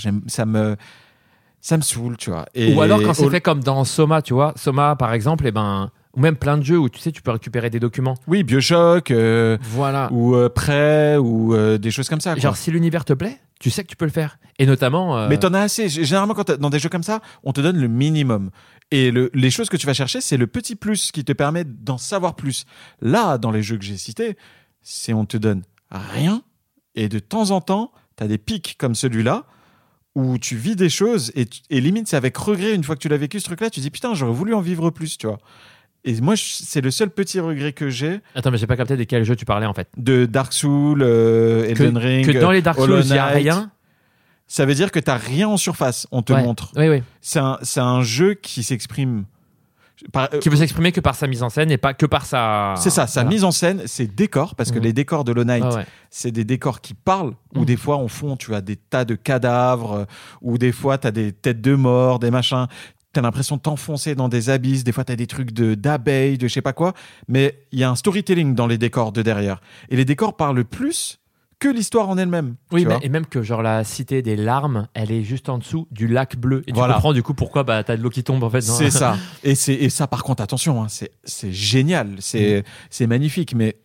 Ça me saoule, tu vois. Ou alors quand c'est fait comme dans Soma, tu vois. Soma, par exemple, ou même plein de jeux où tu sais, tu peux récupérer des documents. Oui, BioShock, voilà. ou Prey, ou des choses comme ça. Quoi. Genre, si l'univers te plaît, tu sais que tu peux le faire. Et notamment... Mais t'en as assez. Généralement, dans des jeux comme ça, on te donne le minimum. Et les choses que tu vas chercher, c'est le petit plus qui te permet d'en savoir plus. Là, dans les jeux que j'ai cités, on te donne rien. Et de temps en temps, t'as des pics comme celui-là, où tu vis des choses et limite c'est avec regret une fois que tu l'as vécu ce truc-là, tu dis putain j'aurais voulu en vivre plus, tu vois. Et moi c'est le seul petit regret que j'ai. Attends, mais j'ai pas capté de quel jeu tu parlais en fait. De Dark Souls, Elden Ring, que dans les Dark Souls il y a rien. Ça veut dire que t'as rien en surface, on te montre. Oui. C'est un jeu qui s'exprime. Qui peut s'exprimer que par sa mise en scène et pas que par sa... C'est ça, sa mise en scène, ses décors, parce que les décors de Hollow Knight, c'est des décors qui parlent, où des fois, en fond, tu as des tas de cadavres, ou des fois, tu as des têtes de mort, des machins, tu as l'impression de t'enfoncer dans des abysses, des fois, tu as des trucs d'abeilles, de je sais pas quoi, mais il y a un storytelling dans les décors de derrière. Et les décors parlent plus que l'histoire en elle-même. Oui, et même que genre la cité des larmes, elle est juste en dessous du lac bleu. Et tu comprends du coup pourquoi t'as de l'eau qui tombe en fait. C'est ça. Et ça, par contre, attention, hein, c'est génial, c'est magnifique, mais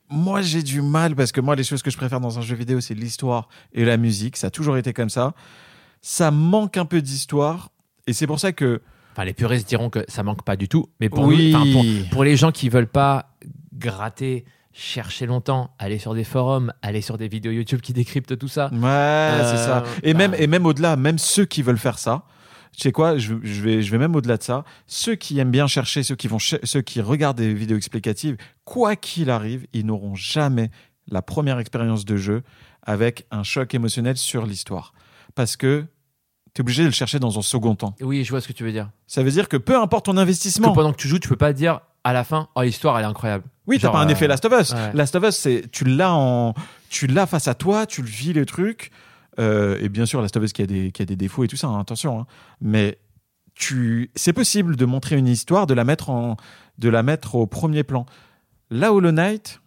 moi, j'ai du mal parce que moi, les choses que je préfère dans un jeu vidéo, c'est l'histoire et la musique. Ça a toujours été comme ça. Ça manque un peu d'histoire. Et c'est pour ça que... Enfin, les puristes diront que ça manque pas du tout. Mais pour, Oui. pour les gens qui veulent pas gratter, chercher longtemps, aller sur des forums, aller sur des vidéos YouTube qui décryptent tout ça. Ouais, c'est ça. Et même au-delà, même ceux qui veulent faire ça, tu sais quoi, je vais même au-delà de ça. Ceux qui aiment bien chercher, ceux qui regardent des vidéos explicatives, quoi qu'il arrive, ils n'auront jamais la première expérience de jeu avec un choc émotionnel sur l'histoire. Parce que tu es obligé de le chercher dans un second temps. Oui, je vois ce que tu veux dire. Ça veut dire que peu importe ton investissement... Que pendant que tu joues, tu peux pas dire à la fin, oh, l'histoire, elle est incroyable. Oui, t'as pas un effet Last of Us. Ouais. Last of Us, tu l'as face à toi, tu le vis le truc. Et bien sûr, Last of Us qui a des défauts et tout ça, hein, attention. Hein. Mais c'est possible de montrer une histoire, de la mettre au premier plan. Là, Hollow Knight,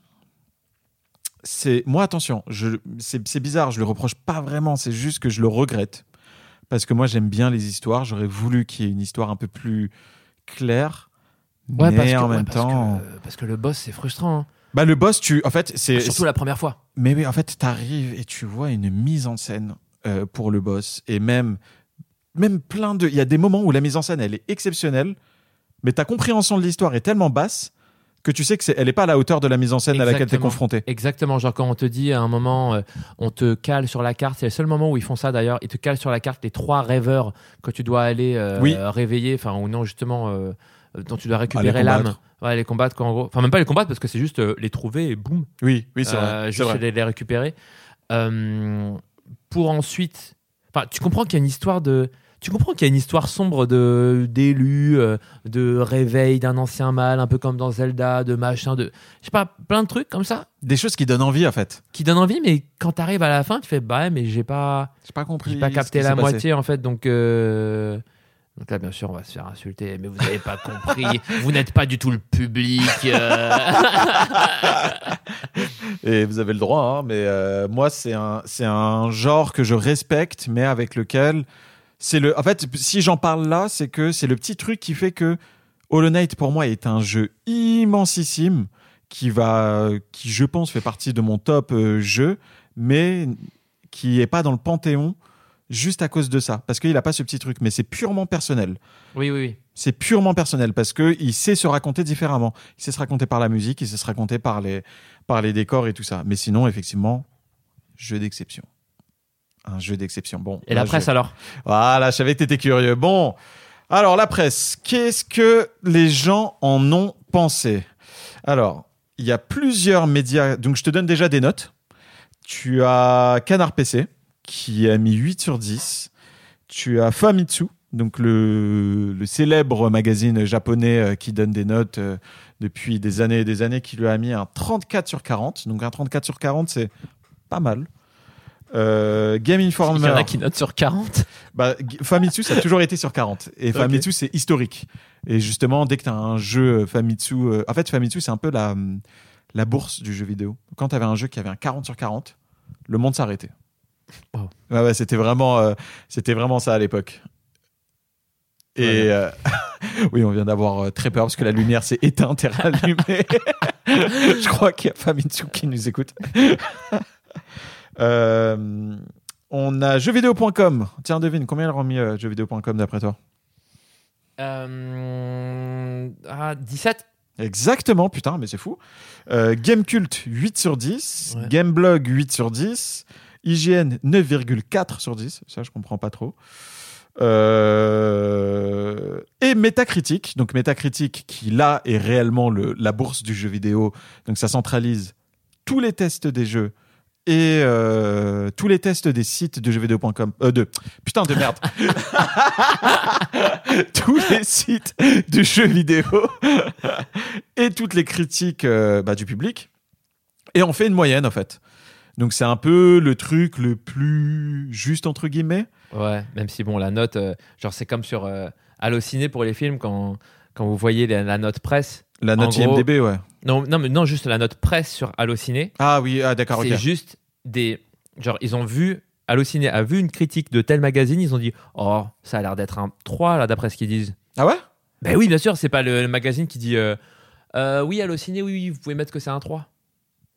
moi, attention, c'est bizarre, je le reproche pas vraiment, c'est juste que je le regrette. Parce que moi, j'aime bien les histoires. J'aurais voulu qu'il y ait une histoire un peu plus claire. Ouais, mais en même temps... Parce que le boss, c'est frustrant. Hein. Bah, le boss, en fait, c'est... Surtout la première fois. Mais oui, en fait, t'arrives et tu vois une mise en scène pour le boss. Et même plein de... Il y a des moments où la mise en scène, elle est exceptionnelle, mais ta compréhension de l'histoire est tellement basse que tu sais qu'elle n'est pas à la hauteur de la mise en scène à laquelle tu es confronté. Exactement, genre quand on te dit à un moment, on te cale sur la carte, c'est le seul moment où ils font ça d'ailleurs, ils te calent sur la carte les 3 rêveurs que tu dois aller réveiller, enfin ou non justement, dont tu dois récupérer l'âme. Ouais, les combattre quoi, en gros. Enfin même pas les combattre parce que c'est juste les trouver et boum. Oui, c'est vrai. Juste les récupérer. Pour ensuite... Enfin, tu comprends qu'il y a une histoire de... Tu comprends qu'il y a une histoire sombre d'élus, de réveil d'un ancien mâle, un peu comme dans Zelda, de machin, je sais pas, plein de trucs comme ça. Des choses qui donnent envie, en fait. Qui donnent envie, mais quand t'arrives à la fin, tu fais, bah, mais j'ai pas compris. J'ai pas capté la moitié, en fait, donc là, bien sûr, on va se faire insulter, mais vous avez pas compris, vous n'êtes pas du tout le public. Et vous avez le droit, hein, mais moi, c'est un genre que je respecte, mais avec lequel... En fait, si j'en parle là, c'est que c'est le petit truc qui fait que Hollow Knight, pour moi, est un jeu immensissime qui, je pense, fait partie de mon top jeu, mais qui n'est pas dans le panthéon juste à cause de ça. Parce qu'il n'a pas ce petit truc, mais c'est purement personnel. Oui. C'est purement personnel parce qu'il sait se raconter différemment. Il sait se raconter par la musique, il sait se raconter par les décors et tout ça. Mais sinon, effectivement, jeu d'exception. Un jeu d'exception. Bon. Et la presse alors ? Voilà, je savais que tu étais curieux. Bon, alors la presse, qu'est-ce que les gens en ont pensé ? Alors, il y a plusieurs médias. Donc, je te donne déjà des notes. Tu as Canard PC, qui a mis 8 sur 10. Tu as Famitsu, donc le célèbre magazine japonais qui donne des notes depuis des années et des années, qui lui a mis un 34 sur 40. Donc, un 34 sur 40, c'est pas mal. Game Informer. Il y en a qui notent sur 40. Famitsu, ça a toujours été sur 40. Et Famitsu, c'est historique. Et justement, dès que tu as un jeu Famitsu... en fait, Famitsu, c'est un peu la bourse du jeu vidéo. Quand tu avais un jeu qui avait un 40 sur 40, le monde s'arrêtait. Wow. Ouais, c'était vraiment ça à l'époque. Et oui, on vient d'avoir très peur parce que la lumière s'est éteinte et rallumée. Je crois qu'il y a Famitsu qui nous écoute. On a jeuxvideo.com. Tiens, devine, combien ils ont mis jeuxvideo.com d'après toi ? 17. Exactement, putain, mais c'est fou. Gamecult, 8 sur 10. Ouais. Gameblog, 8 sur 10. IGN, 9,4 sur 10. Ça, je comprends pas trop. Et Metacritic. Donc, Metacritic, qui là est réellement la bourse du jeu vidéo. Donc, ça centralise tous les tests des jeux et tous les tests des sites de jeuxvideo.com. Putain de merde. Tous les sites de jeux vidéo et toutes les critiques du public. Et on fait une moyenne, en fait. Donc, c'est un peu le truc le plus juste, entre guillemets. Ouais, même si, bon, la note, genre, c'est comme sur Allociné pour les films, quand vous voyez la note presse. La note IMDb, ouais. Non, juste la note presse sur Allociné. Ah oui, d'accord, c'est ok. Juste genre, ils ont vu... Allociné a vu une critique de tel magazine, ils ont dit « Oh, ça a l'air d'être un 3, là, d'après ce qu'ils disent. » Ah ouais ? Ben oui, bien sûr, c'est pas le magazine qui dit « Oui, Allociné, oui, vous pouvez mettre que c'est un 3. »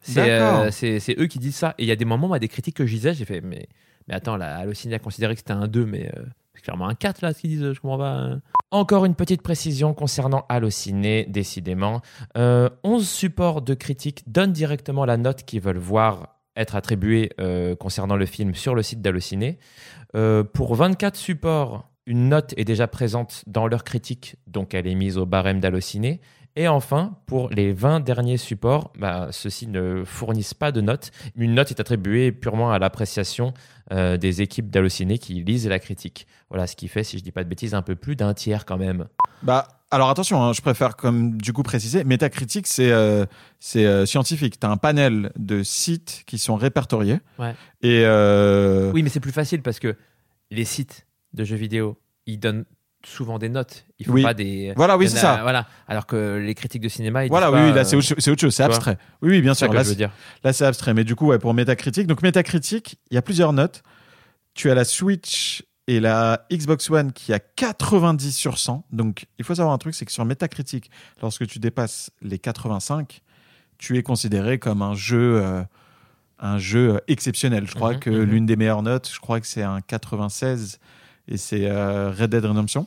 D'accord. C'est eux qui disent ça. Et il y a des moments, des critiques que je lisais, j'ai fait, mais attends, là, Allociné a considéré que c'était un 2, mais c'est clairement un 4, là, ce qu'ils disent, je comprends pas. Encore une petite précision concernant Allociné, décidément. 11 supports de critiques donnent directement la note qu'ils veulent voir être attribuée concernant le film sur le site d'Allociné. Pour 24 supports, une note est déjà présente dans leur critique, donc elle est mise au barème d'Allociné. Et enfin, pour les 20 derniers supports, ceux-ci ne fournissent pas de notes. Une note est attribuée purement à l'appréciation des équipes d'Allociné qui lisent la critique. Voilà, ce qui fait, si je ne dis pas de bêtises, un peu plus d'un tiers quand même. Alors attention, hein, je préfère comme du coup préciser, Metacritic, c'est scientifique. Tu as un panel de sites qui sont répertoriés. Ouais. Et Oui, mais c'est plus facile parce que les sites de jeux vidéo, ils donnent souvent des notes. Ils font pas des... Voilà, oui, c'est ça. Voilà. Alors que les critiques de cinéma, ils voilà, disent oui, pas, là, c'est autre chose, c'est abstrait. Oui, bien sûr. C'est ça que je veux dire. Là, c'est abstrait. Mais du coup, pour Metacritic, donc Metacritic, il y a plusieurs notes. Tu as la Switch et la Xbox One qui a 90 sur 100. Donc, il faut savoir un truc, c'est que sur Metacritic, lorsque tu dépasses les 85, tu es considéré comme un jeu exceptionnel. Je crois que l'une des meilleures notes, je crois que c'est un 96 et c'est Red Dead Redemption.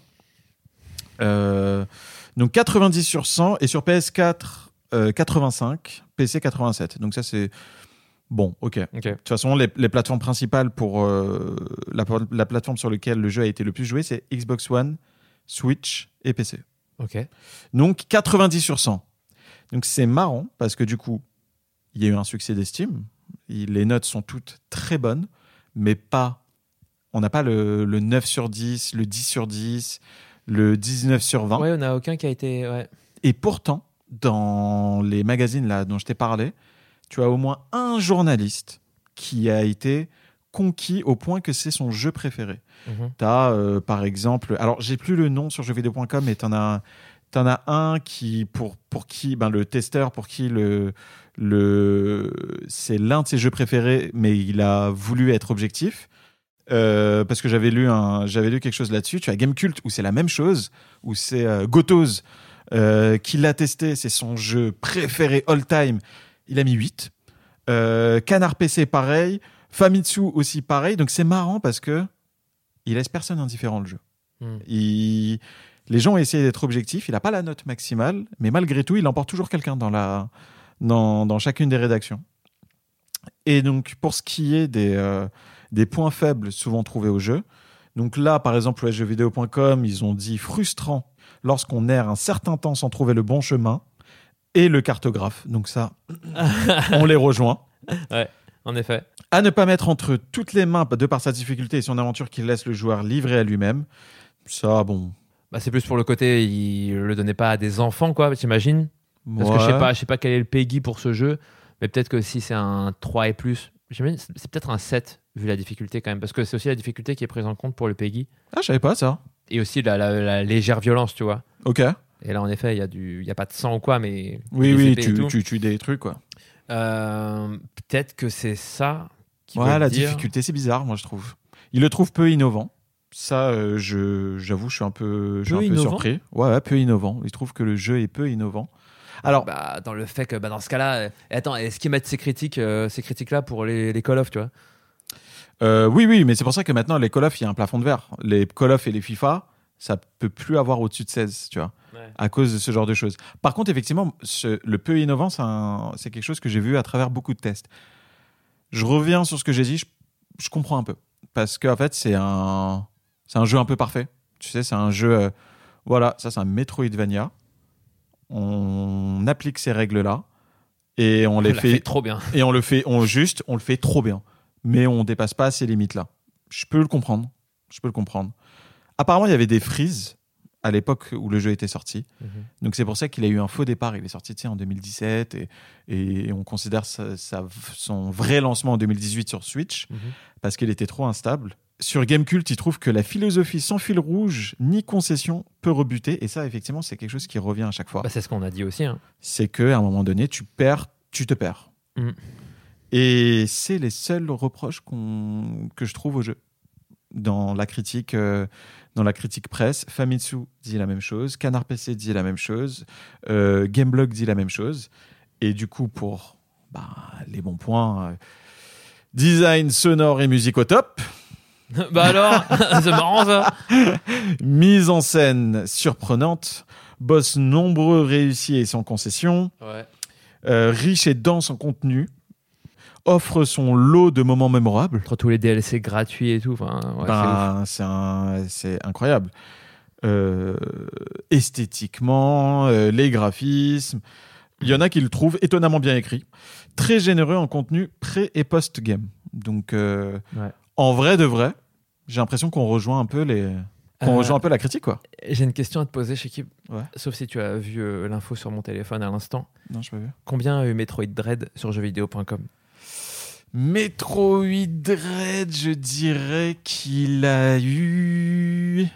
Donc 90 sur 100 et sur PS4 85, PC 87. Donc ça c'est bon, ok. De toute façon, les plateformes principales pour la plateforme sur laquelle le jeu a été le plus joué, c'est Xbox One, Switch et PC. Ok. Donc 90 sur 100. Donc c'est marrant parce que du coup, il y a eu un succès d'estime. Les notes sont toutes très bonnes, mais on n'a pas le 9 sur 10, le 10 sur 10, le 19 sur 20. Ouais, on n'a aucun qui a été... Ouais. Et pourtant, dans les magazines là dont je t'ai parlé, tu as au moins un journaliste qui a été conquis au point que c'est son jeu préféré. Tu as, par exemple... Alors, j'ai plus le nom sur jeuxvideo.com, mais tu en as un qui, pour qui, le testeur, pour qui c'est l'un de ses jeux préférés, mais il a voulu être objectif. Parce que j'avais lu quelque chose là-dessus. Tu as Gamecult où c'est la même chose, où c'est Gotoz qui l'a testé, c'est son jeu préféré all time. Il a mis 8. Canard PC pareil, Famitsu aussi pareil. Donc c'est marrant parce que il laisse personne indifférent le jeu. Les gens ont essayé d'être objectifs. Il n'a pas la note maximale, mais malgré tout, il emporte toujours quelqu'un dans chacune des rédactions. Et donc pour ce qui est des points faibles souvent trouvés au jeu. Donc là, par exemple, jeuxvideo.com, ils ont dit frustrant lorsqu'on erre un certain temps sans trouver le bon chemin et le cartographe. Donc ça, on les rejoint. Ouais, en effet. À ne pas mettre entre toutes les mains de par sa difficulté et son aventure qui laisse le joueur livré à lui-même. Ça, bon... c'est plus pour le côté, il le donnait pas à des enfants, quoi, j'imagine. Parce que je sais pas quel est le PEGI pour ce jeu, mais peut-être que si c'est un 3 et plus, j'imagine c'est peut-être un 7 vu la difficulté quand même, parce que c'est aussi la difficulté qui est prise en compte pour le PEGI. Ah, je savais pas ça. Et aussi la légère violence, tu vois. Ok. Et là, en effet, il y a pas de sang ou quoi, mais oui, tu tues des trucs, quoi. Peut-être que c'est ça qui la dire... difficulté, c'est bizarre, moi je trouve. Il le trouve peu innovant. Ça, j'avoue, je suis un peu surpris. Ouais, peu innovant. Il trouve que le jeu est peu innovant. Alors, dans le fait que dans ce cas-là, attends, est-ce qu'ils mettent ces critiques-là pour les Call of, tu vois? Oui, mais c'est pour ça que maintenant, les Call of, il y a un plafond de verre. Les Call of et les FIFA, ça peut plus avoir au-dessus de 16, tu vois, à cause de ce genre de choses. Par contre, effectivement, le peu innovant, c'est quelque chose que j'ai vu à travers beaucoup de tests. Je reviens sur ce que j'ai dit, je comprends un peu. Parce qu'en fait, c'est un jeu un peu parfait. Tu sais, c'est un jeu... ça, c'est un Metroidvania. On applique ces règles-là et on les fait trop bien. Et on le fait trop bien. Mais on dépasse pas ces limites-là. Je peux le comprendre. Apparemment, il y avait des freezes à l'époque où le jeu était sorti. Donc c'est pour ça qu'il a eu un faux départ. Il est sorti en 2017 et on considère son vrai lancement en 2018 sur Switch parce qu'il était trop instable. Sur Gamecult, il trouve que la philosophie sans fil rouge ni concession peut rebuter. Et ça, effectivement, c'est quelque chose qui revient à chaque fois. C'est ce qu'on a dit aussi. C'est qu'à un moment donné, tu te perds. Et c'est les seuls reproches que je trouve au jeu. Dans la critique presse, Famitsu dit la même chose, Canard PC dit la même chose, Gameblog dit la même chose. Et du coup, pour les bons points. Design sonore et musique au top. Bah alors, c'est marrant ça. Mise en scène surprenante. Boss nombreux, réussis et sans concession. Ouais. Riche et dense en contenu. Offre son lot de moments mémorables. Entre tous les DLC gratuits et tout. Enfin, ouais, c'est incroyable. Esthétiquement, les graphismes. Il y en a qui le trouvent étonnamment bien écrit. Très généreux en contenu pré- et post-game. Donc, en vrai de vrai, j'ai l'impression qu'on rejoint un peu la critique, quoi. J'ai une question à te poser, Shekib. Ouais. Sauf si tu as vu l'info sur mon téléphone à l'instant. Non, je n'ai pas vu. Combien a eu Metroid Dread sur jeuxvideo.com? Metroid Dread, je dirais qu'il a eu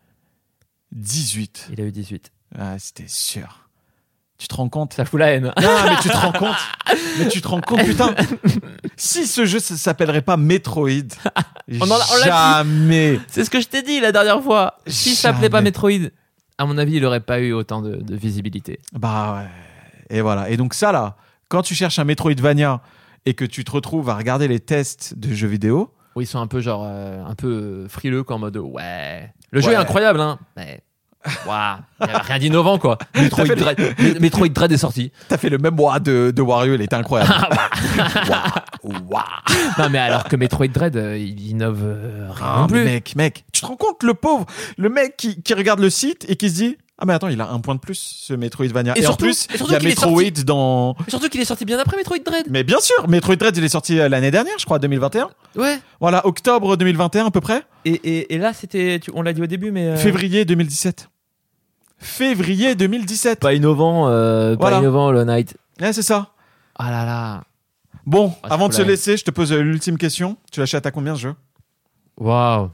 18. Il a eu 18. Ah, c'était sûr. Tu te rends compte? Ça fout la haine. Non, mais tu te rends compte? Mais tu te rends compte, putain? Si ce jeu s'appellerait pas Metroid, on l'a jamais. C'est ce que je t'ai dit la dernière fois. Si ça s'appelait pas Jamais. Metroid, à mon avis, il aurait pas eu autant de visibilité. Bah ouais. Et voilà. Et donc ça là, quand tu cherches un Metroidvania et que tu te retrouves à regarder les tests de jeux vidéo, Oui, ils sont un peu genre un peu frileux, quoi, en mode ouais. Le jeu Ouais. est incroyable, hein. Mais waouh, il y avait rien d'innovant, quoi. Metroid Dread est sorti. t'as fait le même moi de Wario, il était incroyable. Waouh. Non, mais alors que Metroid Dread, il innove rien Ah, non plus. mec, tu te rends compte, le pauvre, le mec qui regarde le site et qui se dit ah mais attends, il a un point de plus ce Metroidvania. Et en surtout- plus, et surtout il y a qu'il est Metroid sorti- dans. Surtout qu'il est sorti bien après Metroid Dread. Mais bien sûr, Metroid Dread, il est sorti l'année dernière, je crois, 2021. Ouais. Voilà, octobre 2021 à peu près. Et là, c'était, on l'a dit au début, mais Février 2017. Février 2017. pas innovant, Voilà. Hollow Knight. Ouais, c'est ça. Ah là là. Bon, Ah, avant de c'est se cool, laisser, je te pose l'ultime question. Tu l'achètes à combien ce jeu? Waouh.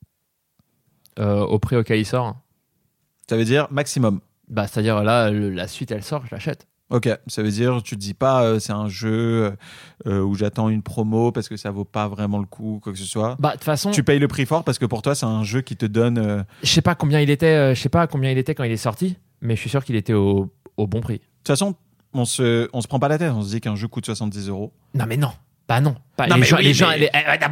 Au prix auquel il sort. Ça veut dire maximum. Bah, c'est-à-dire là, la suite, elle sort, je l'achète. Ok, ça veut dire tu te dis pas c'est un jeu où j'attends une promo parce que ça vaut pas vraiment le coup, quoi que ce soit. Bah, de toute façon, Tu payes le prix fort parce que pour toi c'est un jeu qui te donne. je sais pas combien il était, quand il est sorti, mais je suis sûr qu'il était au bon prix. De toute façon, on se prend pas la tête. On se dit qu'un jeu coûte 70 €. Non, mais non. Bah non. Pas Non, les mais gens, oui, les gens, mais- les-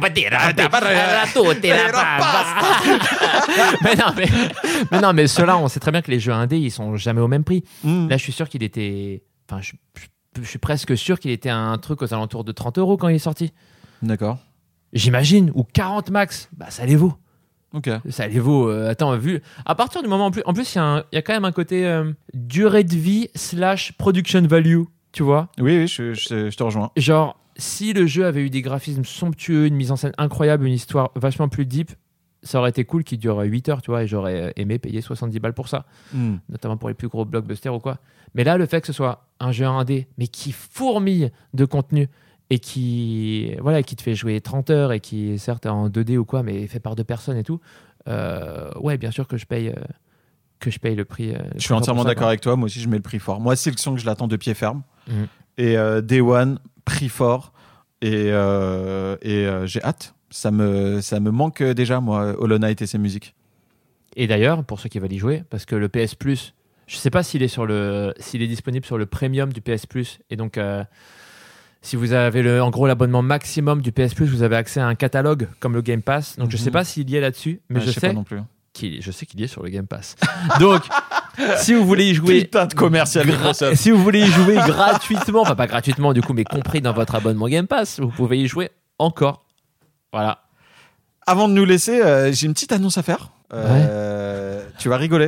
mais non, mais ceux-là, on sait très bien que les jeux indés, ils sont jamais au même prix. Mm. Là, je suis sûr qu'il était. Enfin, je suis presque sûr qu'il était un truc aux alentours de 30 € quand il est sorti. D'accord. J'imagine. Ou 40 max. Bah, ça les vaut. Ok. Ça les vaut. Attends, vu. À partir du moment. En plus, il y a quand même un côté durée de vie / production value. Tu vois? Oui, je te rejoins. Genre, si le jeu avait eu des graphismes somptueux, une mise en scène incroyable, une histoire vachement plus deep, ça aurait été cool qu'il dure 8 heures, tu vois, et j'aurais aimé payer 70 balles pour ça, Mm. notamment pour les plus gros blockbusters ou quoi. Mais là, le fait que ce soit un jeu indé, mais qui fourmille de contenu et qui te fait jouer 30 heures et qui est certes en 2D ou quoi, mais fait par 2 personnes et tout, ouais, bien sûr que je paye le prix. Je suis entièrement d'accord avec toi. Moi aussi, je mets le prix fort. Moi, Silksong, je l'attends de pied ferme. Mhm. Et Day One, prix fort. Et j'ai hâte. Ça me manque déjà, moi, Hollow Knight et ses musiques. Et d'ailleurs, pour ceux qui veulent y jouer, parce que le PS Plus, je sais pas s'il est disponible sur le premium du PS Plus, et donc si vous avez en gros l'abonnement maximum du PS Plus, vous avez accès à un catalogue comme le Game Pass. Donc je sais pas s'il y est là-dessus, mais Ouais, je sais sais pas non plus. je sais qu'il y est sur le Game Pass. Donc si vous voulez y jouer, Putain de commercial Microsoft. si vous voulez y jouer gratuitement, enfin pas gratuitement du coup, mais compris dans votre abonnement Game Pass, vous pouvez y jouer encore. Voilà. Avant de nous laisser, j'ai une petite annonce à faire. Tu vas rigoler.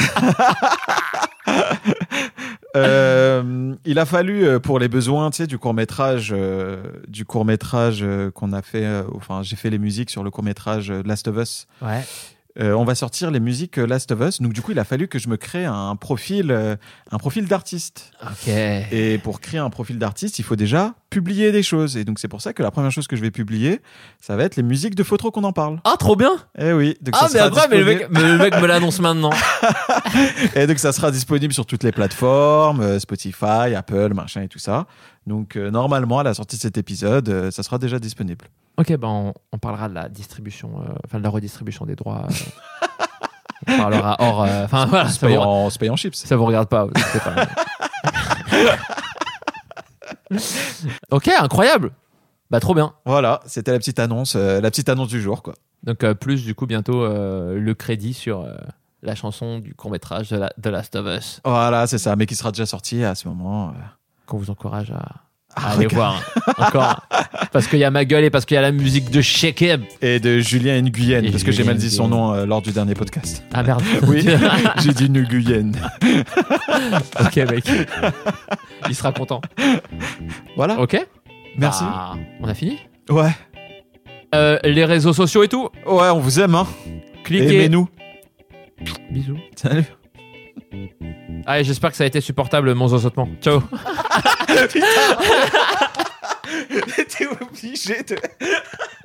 Il a fallu pour les besoins, tu sais, du court métrage qu'on a fait. Enfin, j'ai fait les musiques sur le court métrage Last of Us. Ouais. On va sortir les musiques Last of Us. Donc du coup, il a fallu que je me crée un profil d'artiste. Ok. Et pour créer un profil d'artiste, il faut déjà publier des choses. Et donc c'est pour ça que la première chose que je vais publier, ça va être les musiques de Faut trop qu'on en parle. Ah, trop bien. Eh oui. Donc Ah, ça mais sera après, mais disponible. le mec me l'annonce maintenant. Et donc ça sera disponible sur toutes les plateformes, Spotify, Apple, machin et tout ça. Donc normalement à la sortie de cet épisode, ça sera déjà disponible. Ok, ben on parlera de la distribution, enfin de la redistribution des droits. On parlera hors. Enfin voilà, On se paye en chips. ça vous regarde pas. C'est pas Ok, incroyable. Bah trop bien. Voilà, c'était la petite annonce du jour, quoi. Donc plus du coup bientôt le crédit sur la chanson du court-métrage de The Last of Us. Voilà, c'est ça, mais qui sera déjà sorti à ce moment. Qu'on vous encourage à aller voir encore. Parce qu'il y a ma gueule et parce qu'il y a la musique de Shekeb. Et de Julien Nguyen, parce que j'ai Julien mal dit son nom lors du dernier podcast. Ah merde. Oui, j'ai dit Nguyen. Ok mec. Il sera content. Voilà. Ok. Merci. Bah, on a fini. Ouais. Les réseaux sociaux et tout. Ouais, on vous aime, hein. Cliquez. Aimez-nous. Bisous. Salut. Allez, j'espère que ça a été supportable mon zozotement. Ciao. Putain. T'es obligé de...